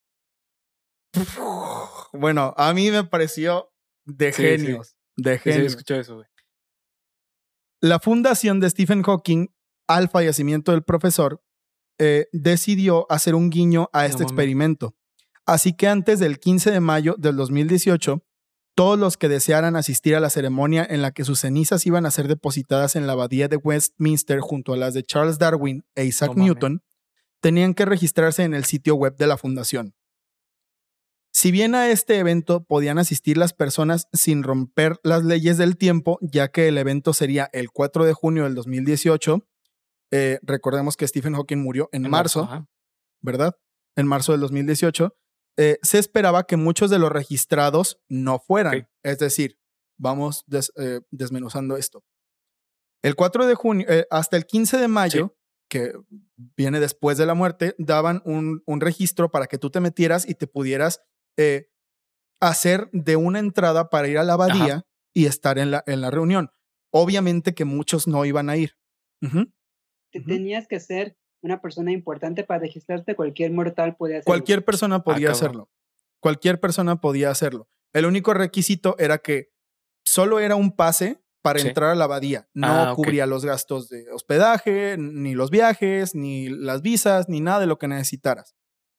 Bueno, a mí me pareció de Sí, genios, sí. de Sí, sí, genios. escuché eso, güey. La fundación de Stephen Hawking, al fallecimiento del profesor, eh, decidió hacer un guiño a este No mames. experimento. Así que antes del quince de mayo del dos mil dieciocho, todos los que desearan asistir a la ceremonia en la que sus cenizas iban a ser depositadas en la abadía de Westminster junto a las de Charles Darwin e Isaac No mames. Newton, tenían que registrarse en el sitio web de la fundación. Si bien a este evento podían asistir las personas sin romper las leyes del tiempo, ya que el evento sería el cuatro de junio del dos mil dieciocho, eh, recordemos que Stephen Hawking murió en, En marzo, ajá. ¿verdad? En marzo del dos mil dieciocho, eh, se esperaba que muchos de los registrados no fueran. Ok. Es decir, vamos des- eh, desmenuzando esto. El cuatro de junio, eh, hasta el quince de mayo, que viene después de la muerte, daban un, un registro para que tú te metieras y te pudieras eh, hacer de una entrada para ir a la abadía Ajá. y estar en la, en la reunión. Obviamente que muchos no iban a ir. Ujú. Te Ujú. tenías que ser una persona importante para registrarte, cualquier mortal podía hacerlo. Cualquier persona podía cabrón. hacerlo. Cualquier persona podía hacerlo. El único requisito era que solo era un pase para Sí. entrar a la abadía. No Ah, ok. cubría los gastos de hospedaje, ni los viajes, ni las visas, ni nada de lo que necesitaras.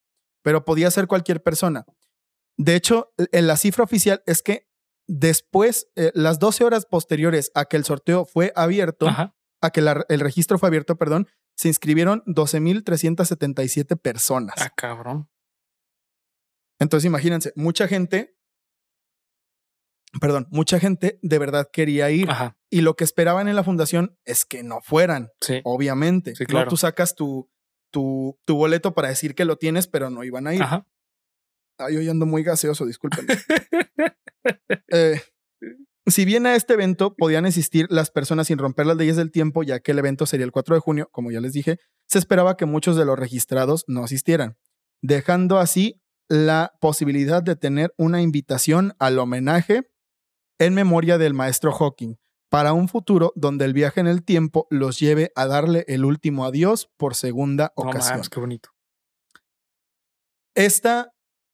pero podía ser cualquier persona. De hecho, en la cifra oficial es que después, eh, las doce horas posteriores a que el sorteo fue abierto, Ajá. a que la, el registro fue abierto, perdón, se inscribieron doce mil trescientas setenta y siete personas. Ah, cabrón. Entonces, imagínense, mucha gente, perdón, mucha gente de verdad quería ir. Ajá. Y lo que esperaban en la fundación es que no fueran, Sí. obviamente. Sí, claro. ¿No? Tú sacas tu, tu, tu boleto para decir que lo tienes, pero no iban a ir. Ajá. Ay, hoy ando muy gaseoso, disculpen. eh, si bien a este evento podían asistir las personas sin romper las leyes del tiempo, ya que el evento sería el cuatro de junio, como ya les dije, se esperaba que muchos de los registrados no asistieran, dejando así la posibilidad de tener una invitación al homenaje en memoria del maestro Hawking para un futuro donde el viaje en el tiempo los lleve a darle el último adiós por segunda No ocasión. mames, qué bonito. Esta,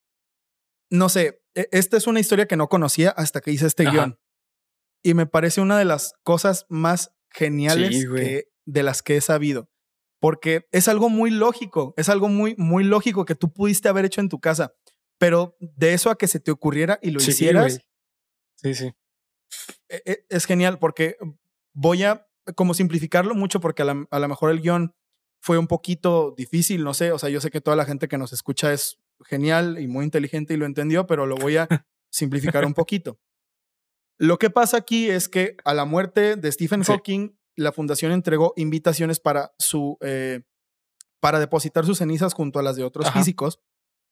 no sé, esta es una historia que no conocía hasta que hice este Ajá. guión. Y me parece una de las cosas más geniales Sí, güey. que, de las que he sabido. Porque es algo muy lógico, es algo muy, muy lógico que tú pudiste haber hecho en tu casa. Pero de eso a que se te ocurriera y lo Sí, hicieras, güey. Sí, sí. e- e- es genial porque voy a como simplificarlo mucho porque a la- a lo mejor el guión fue un poquito difícil, no sé. O sea, yo sé que toda la gente que nos escucha es genial y muy inteligente y lo entendió, pero lo voy a simplificar un poquito. Lo que pasa aquí es que a la muerte de Stephen Sí. Hawking, la fundación entregó invitaciones para, su, eh, para depositar sus cenizas junto a las de otros Ajá. físicos,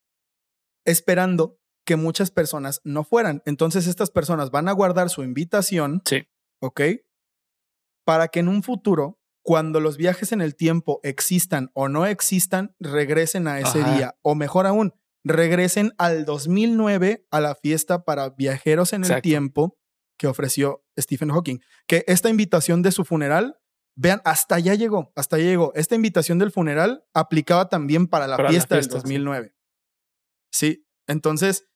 esperando que muchas personas no fueran. Entonces estas personas van a guardar su invitación, Sí. ¿ok? Para que en un futuro, cuando los viajes en el tiempo existan o no existan, regresen a ese Ajá. día. O mejor aún, regresen al dos mil nueve a la fiesta para viajeros en el Exacto. tiempo que ofreció Stephen Hawking. Que esta invitación de su funeral, vean, hasta allá llegó, hasta allá llegó. Esta invitación del funeral aplicaba también para la Para la fiesta fiesta, del dos mil nueve. Sí, sí. Entonces,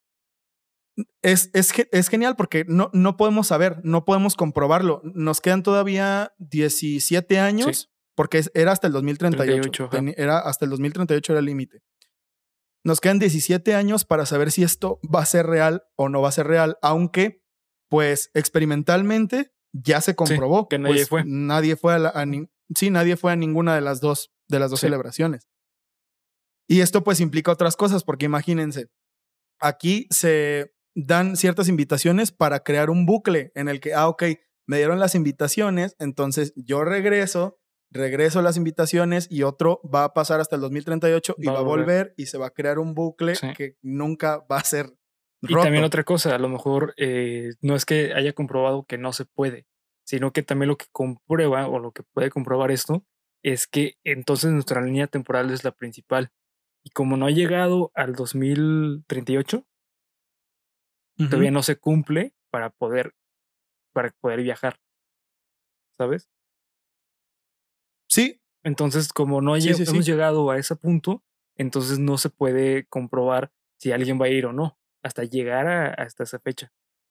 es, es, ge- es genial porque no, no podemos saber, no podemos comprobarlo. Nos quedan todavía diecisiete años, Sí. porque es- era hasta el dos mil treinta y ocho. treinta y ocho, ajá. Teni- era hasta el dos mil treinta y ocho era el límite. Nos quedan diecisiete años para saber si esto va a ser real o no va a ser real, aunque, pues, experimentalmente ya se comprobó. que nadie Pues, fue. Nadie fue a, la- a nin- sí, nadie fue a ninguna de las dos, de las dos Sí. celebraciones. Y esto, pues, implica otras cosas, porque imagínense, aquí se dan ciertas invitaciones para crear un bucle en el que, ah, ok, me dieron las invitaciones, entonces yo regreso, regreso las invitaciones y otro va a pasar hasta el dos mil treinta y ocho y Va va a a volver. volver y se va a crear un bucle Sí. que nunca va a ser Y roto. también otra cosa, a lo mejor eh, no es que haya comprobado que no se puede, sino que también lo que comprueba o lo que puede comprobar esto es que entonces nuestra línea temporal es la principal. Y como no ha llegado al dos mil treinta y ocho, Ujú. todavía no se cumple para poder, para poder viajar, ¿sabes? Sí, Entonces, como no Sí, lle- sí, sí. hemos llegado a ese punto, entonces no se puede comprobar si alguien va a ir o no, hasta llegar a, hasta esa fecha.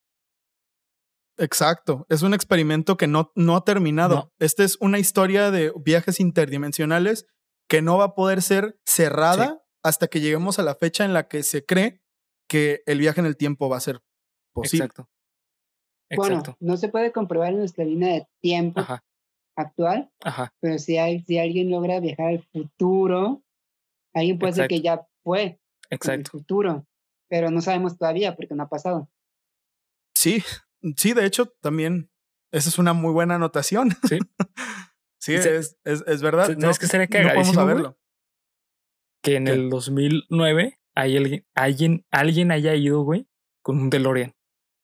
exacto. Es un experimento que no, no ha terminado. No. Esta es una historia de viajes interdimensionales que no va a poder ser cerrada Sí. hasta que lleguemos a la fecha en la que se cree que el viaje en el tiempo va a ser posible. Exacto. Bueno, Exacto. no se puede comprobar en nuestra línea de tiempo Ajá, actual, ajá, pero si, hay, si alguien logra viajar al futuro, alguien puede ser que exacto, ya fue en el exacto. futuro, pero no sabemos todavía porque no ha pasado. Sí, sí, de hecho, también esa es una muy buena anotación. Sí. Sí, Y se- es, es, es verdad. ¿Sabes No, qué sería no podemos cagadísimo, güey? saberlo. Que en ¿Qué? el dos mil nueve hay alguien, alguien, alguien haya ido, güey, con un DeLorean.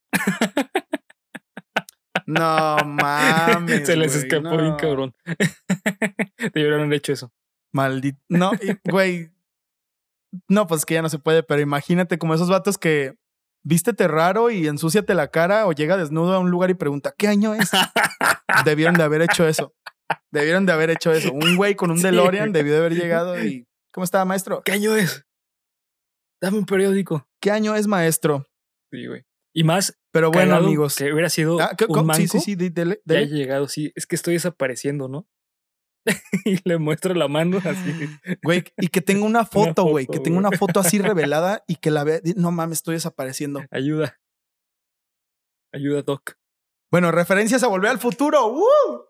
No mames. Se les güey, escapó bien no. cabrón. Debieron haber hecho eso. Maldito. No, y, güey. No, pues que ya no se puede, pero imagínate como esos vatos que vístete raro y ensúciate la cara o llega desnudo a un lugar y pregunta, ¿qué año es? Debieron de haber hecho eso. Debieron de haber hecho eso. Un güey con un Sí, DeLorean güey. debió de haber llegado y... ¿Cómo está, maestro? ¿Qué año es? Dame un periódico. ¿Qué año es, maestro? Sí, güey. Y más Pero bueno, cagado amigos. que hubiera sido Ah, ¿qué- un cómo? manco sí, sí, sí, di- dele, que dele. haya llegado. Sí, es que estoy desapareciendo, ¿no? y le muestra la mano así. Güey, y que tenga una foto, güey, foto, que tenga güey. una foto así revelada y que la vea, di- no mames, estoy desapareciendo. Ayuda. Ayuda, Doc. Bueno, referencias a Volver al Futuro. ¡Uh!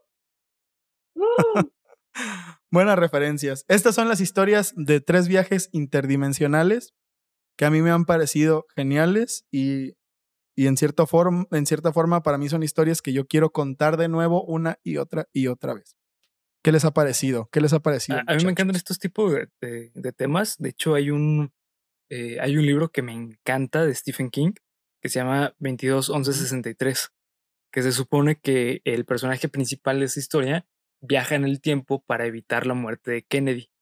Buenas referencias. Estas son las historias de tres viajes interdimensionales que a mí me han parecido geniales y, y en, cierta forma, en cierta forma para mí son historias que yo quiero contar de nuevo una y otra y otra vez. ¿Qué les ha parecido? ¿Qué les ha parecido? A, a mí me encantan estos tipos de, de, de temas. De hecho, hay un, eh, hay un libro que me encanta de Stephen King que se llama veintidós once sesenta y tres, que se supone que el personaje principal de esa historia viaja en el tiempo para evitar la muerte de Kennedy.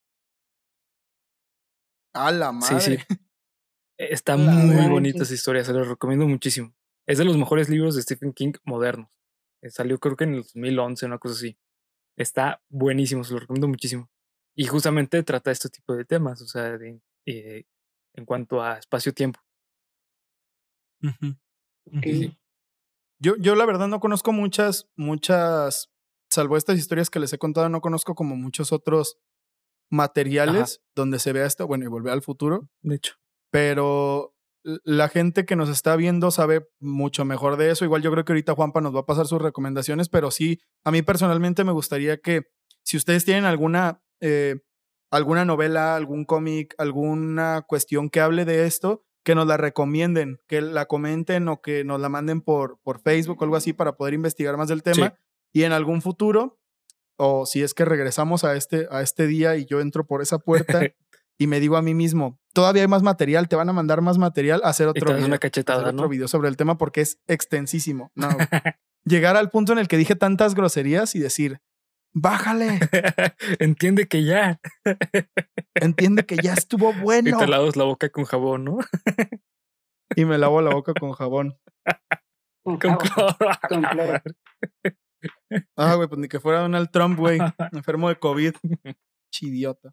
¡A la madre! Sí, sí. Está La muy manches. bonita esa historia, se los recomiendo muchísimo. Es de los mejores libros de Stephen King modernos. Eh, Salió creo que en el dos mil once, una cosa así. Está buenísimo, se lo recomiendo muchísimo. Y justamente trata este tipo de temas, o sea, de, eh, en cuanto a espacio-tiempo. Ujú. Ok. Sí, sí. Yo, yo la verdad no conozco muchas, muchas, salvo estas historias que les he contado, no conozco como muchos otros materiales donde se vea esto, bueno, y Volver al Futuro, De hecho. pero l- la gente que nos está viendo sabe mucho mejor de eso. Igual yo creo que ahorita Juanpa nos va a pasar sus recomendaciones, pero sí, a mí personalmente me gustaría que si ustedes tienen alguna, eh, alguna novela, algún cómic, alguna cuestión que hable de esto, que nos la recomienden, que la comenten o que nos la manden por, por Facebook o algo así para poder investigar más del tema. Y en algún futuro, o si es que regresamos a este, a este día y yo entro por esa puerta y me digo a mí mismo, todavía hay más material, te van a mandar más material, a hacer Y otro te das video, una hacer cachetada, otro ¿no? video sobre el tema porque es extensísimo. No, güey. Llegar al punto en el que dije tantas groserías y decir, bájale, Entiende que ya. entiende que ya estuvo Y te bueno. lavas la boca con jabón, ¿no? Y me lavo la boca con jabón. Con Con jabón, cloro. con cloro. Ah, güey, pues ni que fuera Donald Trump, güey, enfermo de COVID. Chidiota.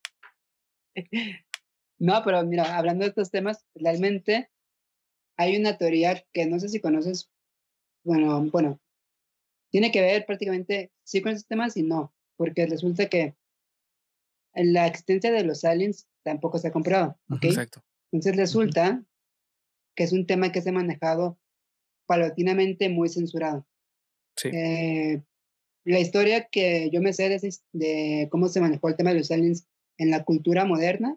No, pero mira, hablando de estos temas, realmente hay una teoría que no sé si conoces, bueno, bueno, tiene que ver prácticamente sí con esos temas y no, porque resulta que la existencia de los aliens tampoco se ha comprobado, ¿ok? Exacto. Entonces resulta que es un tema que se ha manejado paulatinamente muy censurado. Sí. Eh, la historia que yo me sé de, ese- de cómo se manejó el tema de los aliens en la cultura moderna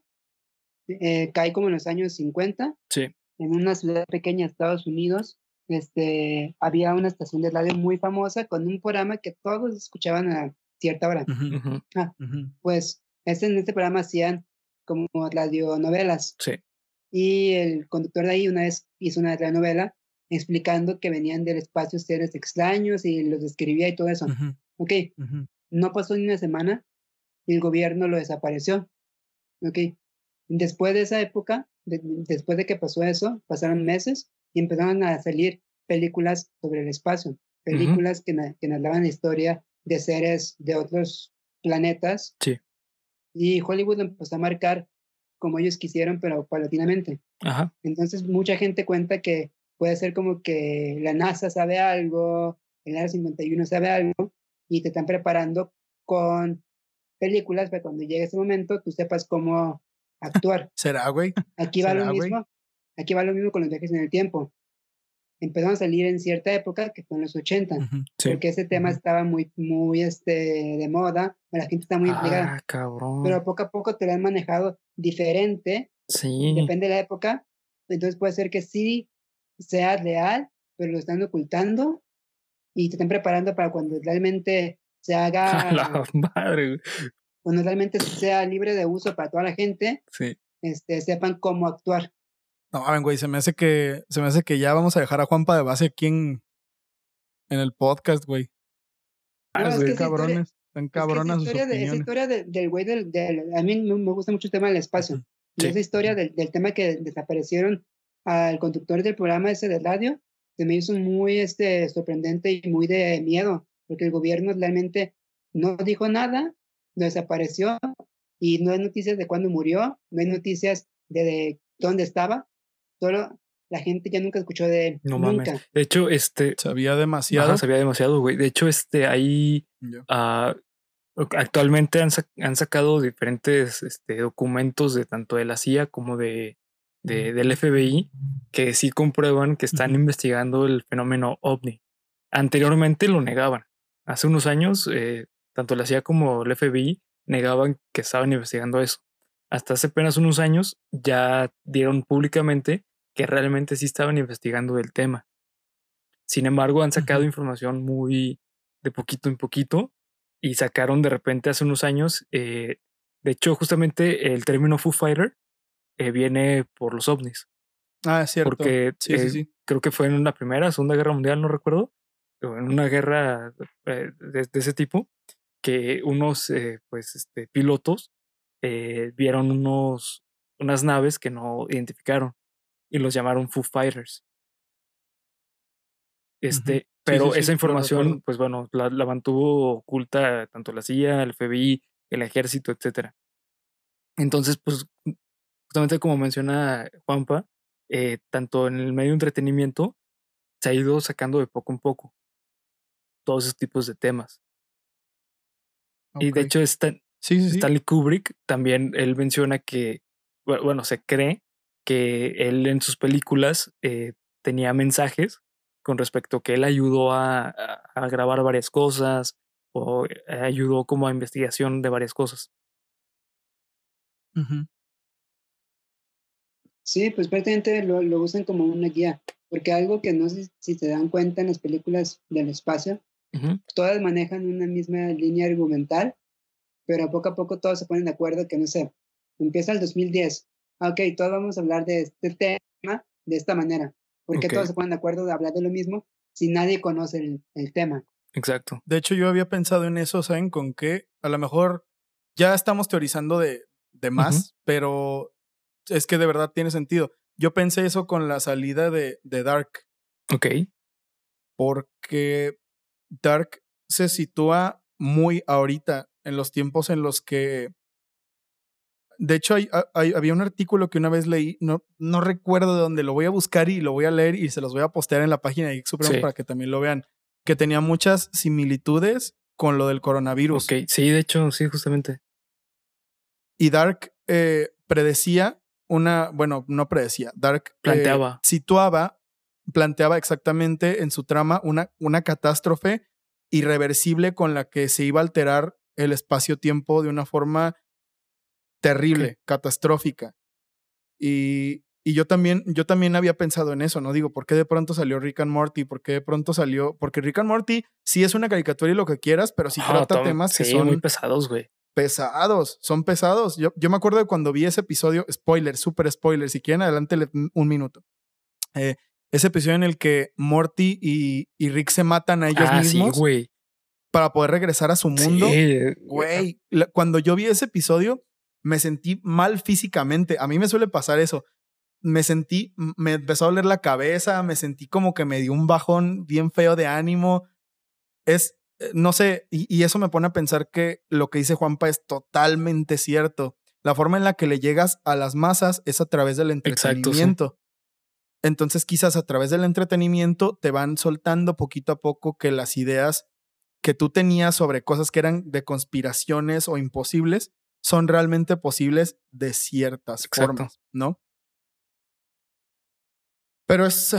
eh, cae como en los años cincuenta. Sí. En una ciudad pequeña de Estados Unidos, este, había una estación de radio muy famosa con un programa que todos escuchaban a cierta hora. Ujú, Ujú. Ah, ujú. pues este, en este programa hacían como radionovelas Sí. y el conductor de ahí una vez hizo una radionovela explicando que venían del espacio seres extraños y los describía y todo eso. Ujú, Ok, ujú. no pasó ni una semana y el gobierno lo desapareció. Ok, después de esa época, de- después de que pasó eso, pasaron meses y empezaron a salir películas sobre el espacio, películas que, na- que narraban la historia de seres de otros planetas Sí. y Hollywood lo empezó a marcar como ellos quisieron, pero paulatinamente. Ajá. Entonces mucha gente cuenta que puede ser como que la NASA sabe algo, el Área cincuenta y uno sabe algo y te están preparando con películas para cuando llegue ese momento tú sepas cómo actuar. ¿Será, güey? Aquí va lo ¿Será, güey? mismo, aquí va lo mismo con los viajes en el tiempo. Empezaron a salir en cierta época, que fue en los ochenta, Ujú. Sí. porque ese tema Ujú. estaba muy, muy este, de moda, la gente está muy intrigada, Ah, cabrón. pero poco a poco te lo han manejado diferente, Sí. depende de la época, entonces puede ser que sí sea real, pero lo están ocultando y te están preparando para cuando realmente se A haga, la madre, güey. cuando realmente sea libre de uso para toda la gente, Sí. este, sepan cómo actuar. No, mames, güey, se me hace que, se me hace que ya vamos a dejar a Juanpa de base aquí en, en el podcast, güey. No, Ah, es sí. que Están esa historia, cabrones, están es que esa cabronas sus historia, de, esa opiniones. historia de- del güey del, del- a mí me, me gusta mucho el tema del espacio. Ujú. Y Sí. esa historia del, del tema que desaparecieron al conductor del programa ese de radio, se me hizo muy este, sorprendente y muy de miedo, porque el gobierno realmente no dijo nada, lo desapareció y no hay noticias de cuándo murió, no hay noticias de, de dónde estaba, solo la gente ya nunca escuchó de él, No mames. nunca. De hecho, este. Sabía Ajá, demasiado. sabía demasiado, güey. De hecho, este, ahí. Ya. ah, Actualmente han, sac- han sacado diferentes este, documentos de tanto de la C I A como de, de- del F B I que sí comprueban que están Ujú. investigando el fenómeno ovni. Anteriormente lo negaban. Hace unos años, eh, tanto la C I A como el F B I negaban que estaban investigando eso. Hasta hace apenas unos años ya dieron públicamente que realmente sí estaban investigando el tema. Sin embargo, han sacado Ujú. información muy de poquito en poquito y sacaron de repente hace unos años, eh, de hecho, justamente el término Foo Fighter eh, viene por los ovnis, Ah, es cierto. porque Sí, sí, eh, sí. creo que fue en la Primera, Segunda Guerra Mundial, no recuerdo, o en una guerra eh, de, de ese tipo, que unos eh, pues, este, pilotos eh, vieron unos, unas naves que no identificaron y los llamaron Foo Fighters. Ujú. Este, Sí, sí, pero esa sí, lo información, recuerdo. pues bueno, la, la mantuvo oculta tanto la C I A, el F B I, el ejército, etcétera. Entonces, pues, justamente como menciona Juanpa, eh, tanto en el medio de entretenimiento se ha ido sacando de poco en poco todos esos tipos de temas. Y Ok. de hecho, Stan- Sí, sí, sí. Stanley Kubrick también, él menciona que, bu- bueno, se cree que él en sus películas eh, tenía mensajes con respecto a que él ayudó a, a- a grabar varias cosas o eh, ayudó como a investigación de varias cosas. Ujú. Sí, pues prácticamente lo, lo usan como una guía, porque algo que no sé si se dan cuenta en las películas del espacio, Ujú. todas manejan una misma línea argumental, pero poco a poco todos se ponen de acuerdo que, no sé, empieza el dos mil diez, ah, ok, todos vamos a hablar de este tema de esta manera, porque Ok, todos se ponen de acuerdo de hablar de lo mismo si nadie conoce el, el tema. exacto. De hecho, yo había pensado en eso, ¿saben con qué? A lo mejor ya estamos teorizando de, de Ujú. más, pero es que de verdad tiene sentido. Yo pensé eso con la salida de, de Dark, Ok, porque Dark se sitúa muy ahorita, en los tiempos en los que... De hecho, hay, hay- había un artículo que una vez leí, no, no recuerdo de dónde, lo voy a buscar y lo voy a leer y se los voy a postear en la página de Geek Supremo sí, para que también lo vean, que tenía muchas similitudes con lo del ok, coronavirus. sí, de hecho, sí, justamente. Y Dark eh, predecía una, bueno, no predecía, Dark eh, Planteaba, situaba, planteaba exactamente en su trama una, una catástrofe irreversible con la que se iba a alterar el espacio-tiempo de una forma ok, terrible, catastrófica. Y, y yo también, yo también había pensado en eso, ¿no? Digo, ¿por qué de pronto salió Rick and Morty? ¿Por qué de pronto salió? Porque Rick and Morty sí es una caricatura y lo que quieras, pero sí ah, trata Tom, temas que sí, muy son pesados, güey. pesados, son pesados. Yo, yo me acuerdo de cuando vi ese episodio, spoiler, súper spoiler, si quieren adelante un minuto. Eh, ese episodio en el que Morty y, y Rick se matan a ellos Ah, sí, mismos güey. para poder regresar a su Sí, mundo. eh, Güey, la- cuando yo vi ese episodio, me sentí mal físicamente. A mí me suele pasar eso. Me sentí, m- me empezó a doler la cabeza, me sentí como que me dio un bajón bien feo de ánimo. Es, eh, no sé, y, y eso me pone a pensar que lo que dice Juanpa es totalmente cierto. La forma en la que le llegas a las masas es a través del exacto, sí. entretenimiento. Entonces, quizás a través del entretenimiento te van soltando poquito a poco que las ideas que tú tenías sobre cosas que eran de conspiraciones o imposibles son realmente posibles de ciertas Exacto. formas, ¿no? Pero es,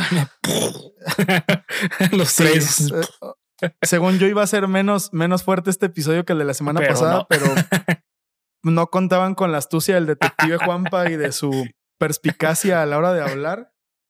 Los sí, tres, eh, oh, según yo iba a ser menos, menos fuerte este episodio que el de la semana pero pasada, no. pero no contaban con la astucia del detective Juanpa y de su perspicacia a la hora de hablar.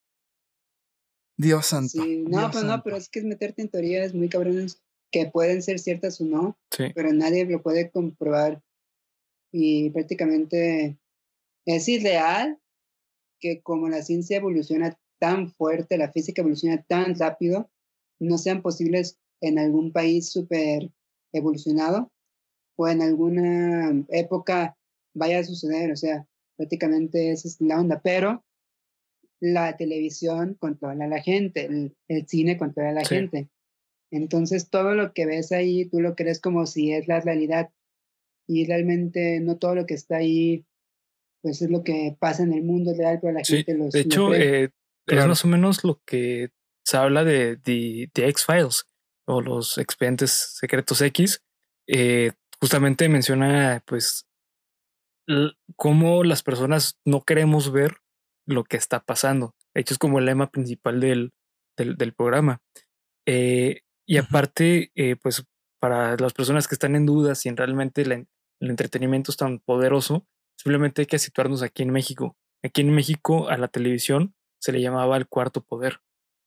Dios santo, Sí, no, Dios pues no, pero santo. es que es meterte en teorías muy cabrones que pueden ser ciertas o no, Sí, pero nadie lo puede comprobar y prácticamente es irreal que como la ciencia evoluciona tan fuerte, la física evoluciona tan rápido, no sean posibles en algún país súper evolucionado o en alguna época vaya a suceder, o sea, prácticamente esa es la onda, pero la televisión controla a la gente, el, el cine controla a la sí, gente. Entonces todo lo que ves ahí, tú lo crees como si es la realidad y realmente no todo lo que está ahí, pues es lo que pasa en el mundo real, pero la sí. gente De los, lo hecho, cree. eh, es Claro. más o menos lo que se habla de The, The X-Files o los expedientes secretos X. Eh, justamente menciona, pues, l- cómo las personas no queremos ver lo que está pasando. De hecho, es como el lema principal del, del, del programa. Eh, y Ujú. aparte, eh, pues, para las personas que están en duda si en realmente la en- el entretenimiento es tan poderoso, simplemente hay que situarnos aquí en México. Aquí en México, a la televisión se le llamaba el cuarto poder.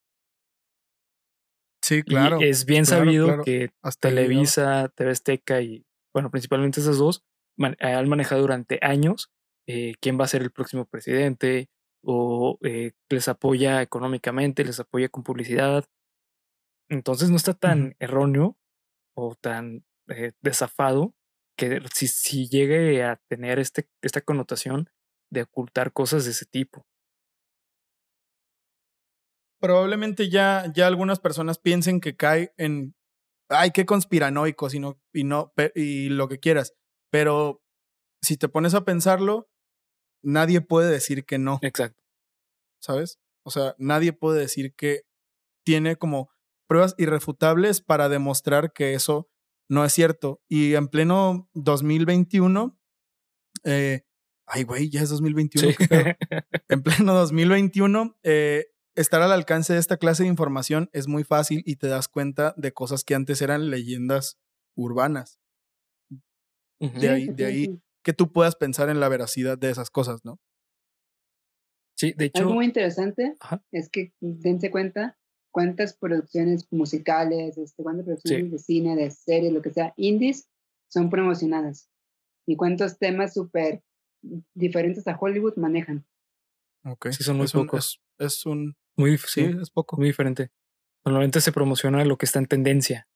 Sí, Y claro, es bien claro, sabido claro. que Hasta ahí llegaba. Televisa, T V Azteca y, bueno, principalmente esas dos, man- han manejado durante años eh, quién va a ser el próximo presidente o eh, les apoya económicamente, les apoya con publicidad. Entonces no está Ujú. tan erróneo o tan eh, desafado que si, si llegue a tener este, esta connotación de ocultar cosas de ese tipo. Probablemente ya, ya algunas personas piensen que cae en, ay, qué conspiranoico, y no, y no, pe- y lo que quieras. Pero si te pones a pensarlo, nadie puede decir que no, Exacto. ¿sabes? O sea, nadie puede decir que tiene como pruebas irrefutables para demostrar que eso no es cierto. Y en pleno dos mil veintiuno, eh, ay, güey, ya es dos mil Sí. veintiuno, qué pedo. En pleno dos mil veintiuno, eh, estar al alcance de esta clase de información es muy fácil y te das cuenta de cosas que antes eran leyendas urbanas. Ujú. De Sí, ahí, sí, de sí, ahí sí. que tú puedas pensar en la veracidad de esas cosas, ¿no? Sí, de Algo hecho, muy interesante ajá, es que dense cuenta cuántas producciones musicales, este, cuántas sí, producciones de cine, de series, lo que sea, indies, son promocionadas. Y cuántos temas súper diferentes a Hollywood manejan. Ok. sí son muy Es un, pocos. es, es un, Muy, dif- sí, sí, es poco. muy diferente. Normalmente se promociona lo que está en tendencia.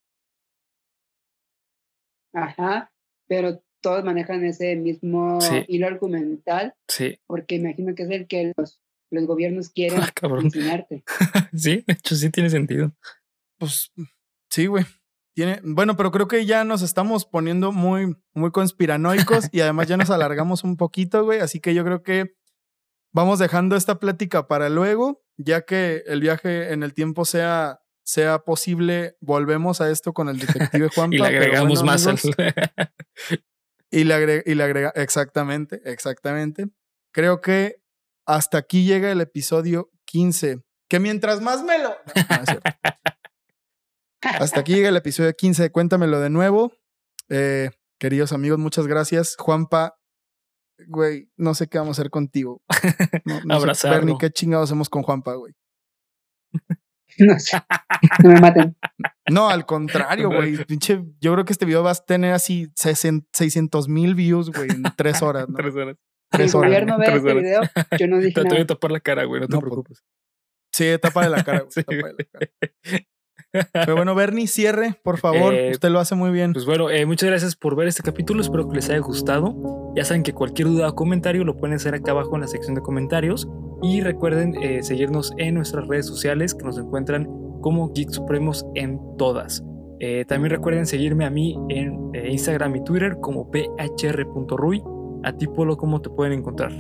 Ajá, pero todos manejan ese mismo Sí, hilo argumental, sí. porque imagino que es el que los, los gobiernos Ah, quieren cabrón. enseñarte. Sí, de hecho sí tiene sentido. Pues sí, güey. Tiene, bueno, pero creo que ya nos estamos poniendo muy, muy conspiranoicos y además ya nos alargamos un poquito, güey. Así que yo creo que vamos dejando esta plática para luego, ya que el viaje en el tiempo sea, sea posible, volvemos a esto con el detective Y le Juanpa, pero bueno, agregamos más al... amigos, y le agrega, y le agrega, exactamente, exactamente. Creo que hasta aquí llega el episodio quince, que mientras más me lo... No, no es cierto. Hasta aquí llega el episodio quince de Cuéntamelo de nuevo. Eh, queridos amigos, muchas gracias. Juanpa, güey, no sé qué vamos a hacer contigo. No, no sé, Bernie, Abrazarlo. ¿qué chingados hacemos con Juanpa, güey? No sé, no me maten. No, al contrario, güey. Pinche, yo creo que este video va a tener así seiscientos mil views, güey, en tres horas, ¿no? Tres horas. Si el Tres horas, gobierno ¿no? ve Tres este horas. video, yo no dije Te voy a nada. tapar la cara, güey, no te No, pues, preocupes. sí, tápale la cara, güey. Sí, Tápale la cara. güey. Pero bueno, Bernie, cierre, por favor. Eh, Usted lo hace muy bien. Pues bueno, eh, muchas gracias por ver este capítulo. Espero que les haya gustado. Ya saben que cualquier duda o comentario lo pueden hacer acá abajo en la sección de comentarios. Y recuerden eh, seguirnos en nuestras redes sociales que nos encuentran como Geek Supremos en todas. Eh, también recuerden seguirme a mí en eh, Instagram y Twitter como b h r punto ruy. A ti, Polo, ¿cómo te pueden encontrar?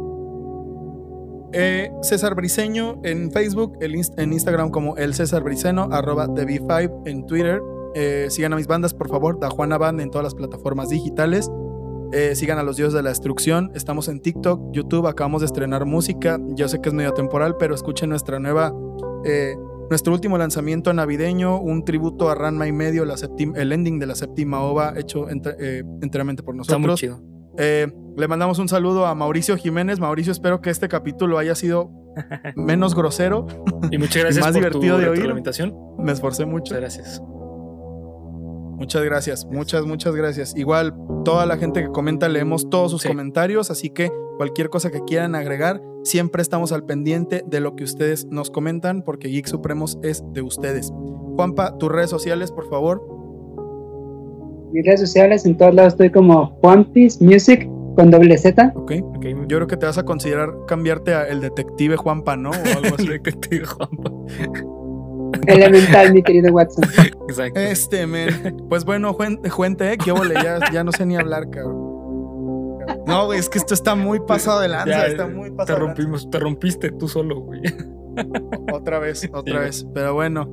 Eh, César Briceño en Facebook, el inst- en Instagram como el César Briceno, arroba The B cinco en Twitter. Eh, sigan a mis bandas, por favor, Da Juana Band en todas las plataformas digitales. Eh, sigan a los Dioses de la Destrucción. Estamos en TikTok, YouTube, acabamos de estrenar música. Yo sé que es medio temporal, pero escuchen nuestra nueva, eh, nuestro último lanzamiento navideño, un tributo a Ranma y medio, la séptima, el ending de la séptima ova hecho entre, eh, enteramente por Está muy nosotros. chido. Eh, le mandamos un saludo a Mauricio Jiménez. Mauricio, espero que este capítulo haya sido menos grosero Y muchas gracias más por divertido tu de oír. retroalimentación. Me esforcé mucho. Muchas gracias. Muchas gracias, muchas, muchas gracias. Igual, toda la gente que comenta, leemos todos sus Sí. comentarios, así que cualquier cosa que quieran agregar, siempre estamos al pendiente de lo que ustedes nos comentan, porque Geek Supremos es de ustedes. Juanpa, tus redes sociales, por favor. Mis redes sociales, en todos lados estoy como Juanpis Music con doble Z. Ok. Okay. Yo creo que te vas a considerar cambiarte a el detective Juanpa, ¿no? O algo así. Detective Juanpa. Elemental, mi querido Watson. Exacto. Este, men. Pues bueno, Juente, ¿eh? Qué ole, ya, ya no sé ni hablar, cabrón. No, güey, es que esto está muy pasado de lanza, Ya, está muy te pasado de lanza. rompimos, te rompiste tú solo, güey. Otra vez, otra Sí, vez. Pero bueno,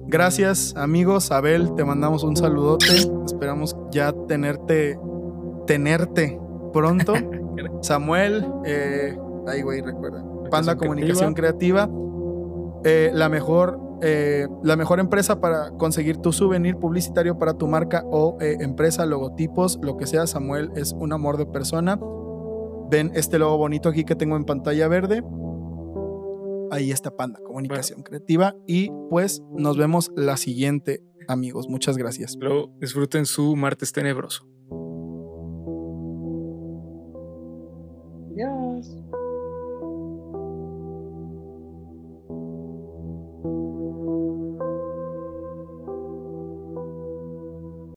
Gracias, amigos. Abel, te mandamos un saludote. Esperamos ya tenerte, tenerte pronto. Samuel, eh, ay, güey, recuerda. Panda Comunicación Creativa. Eh, la mejor, eh, la mejor empresa para conseguir tu souvenir publicitario para tu marca o eh, empresa, logotipos, lo que sea. Samuel es un amor de persona. Ven este logo bonito aquí que tengo en pantalla verde. Ahí está Panda Comunicación bueno. Creativa. Y pues nos vemos la siguiente, amigos. Muchas gracias. Luego disfruten su martes tenebroso. Adiós.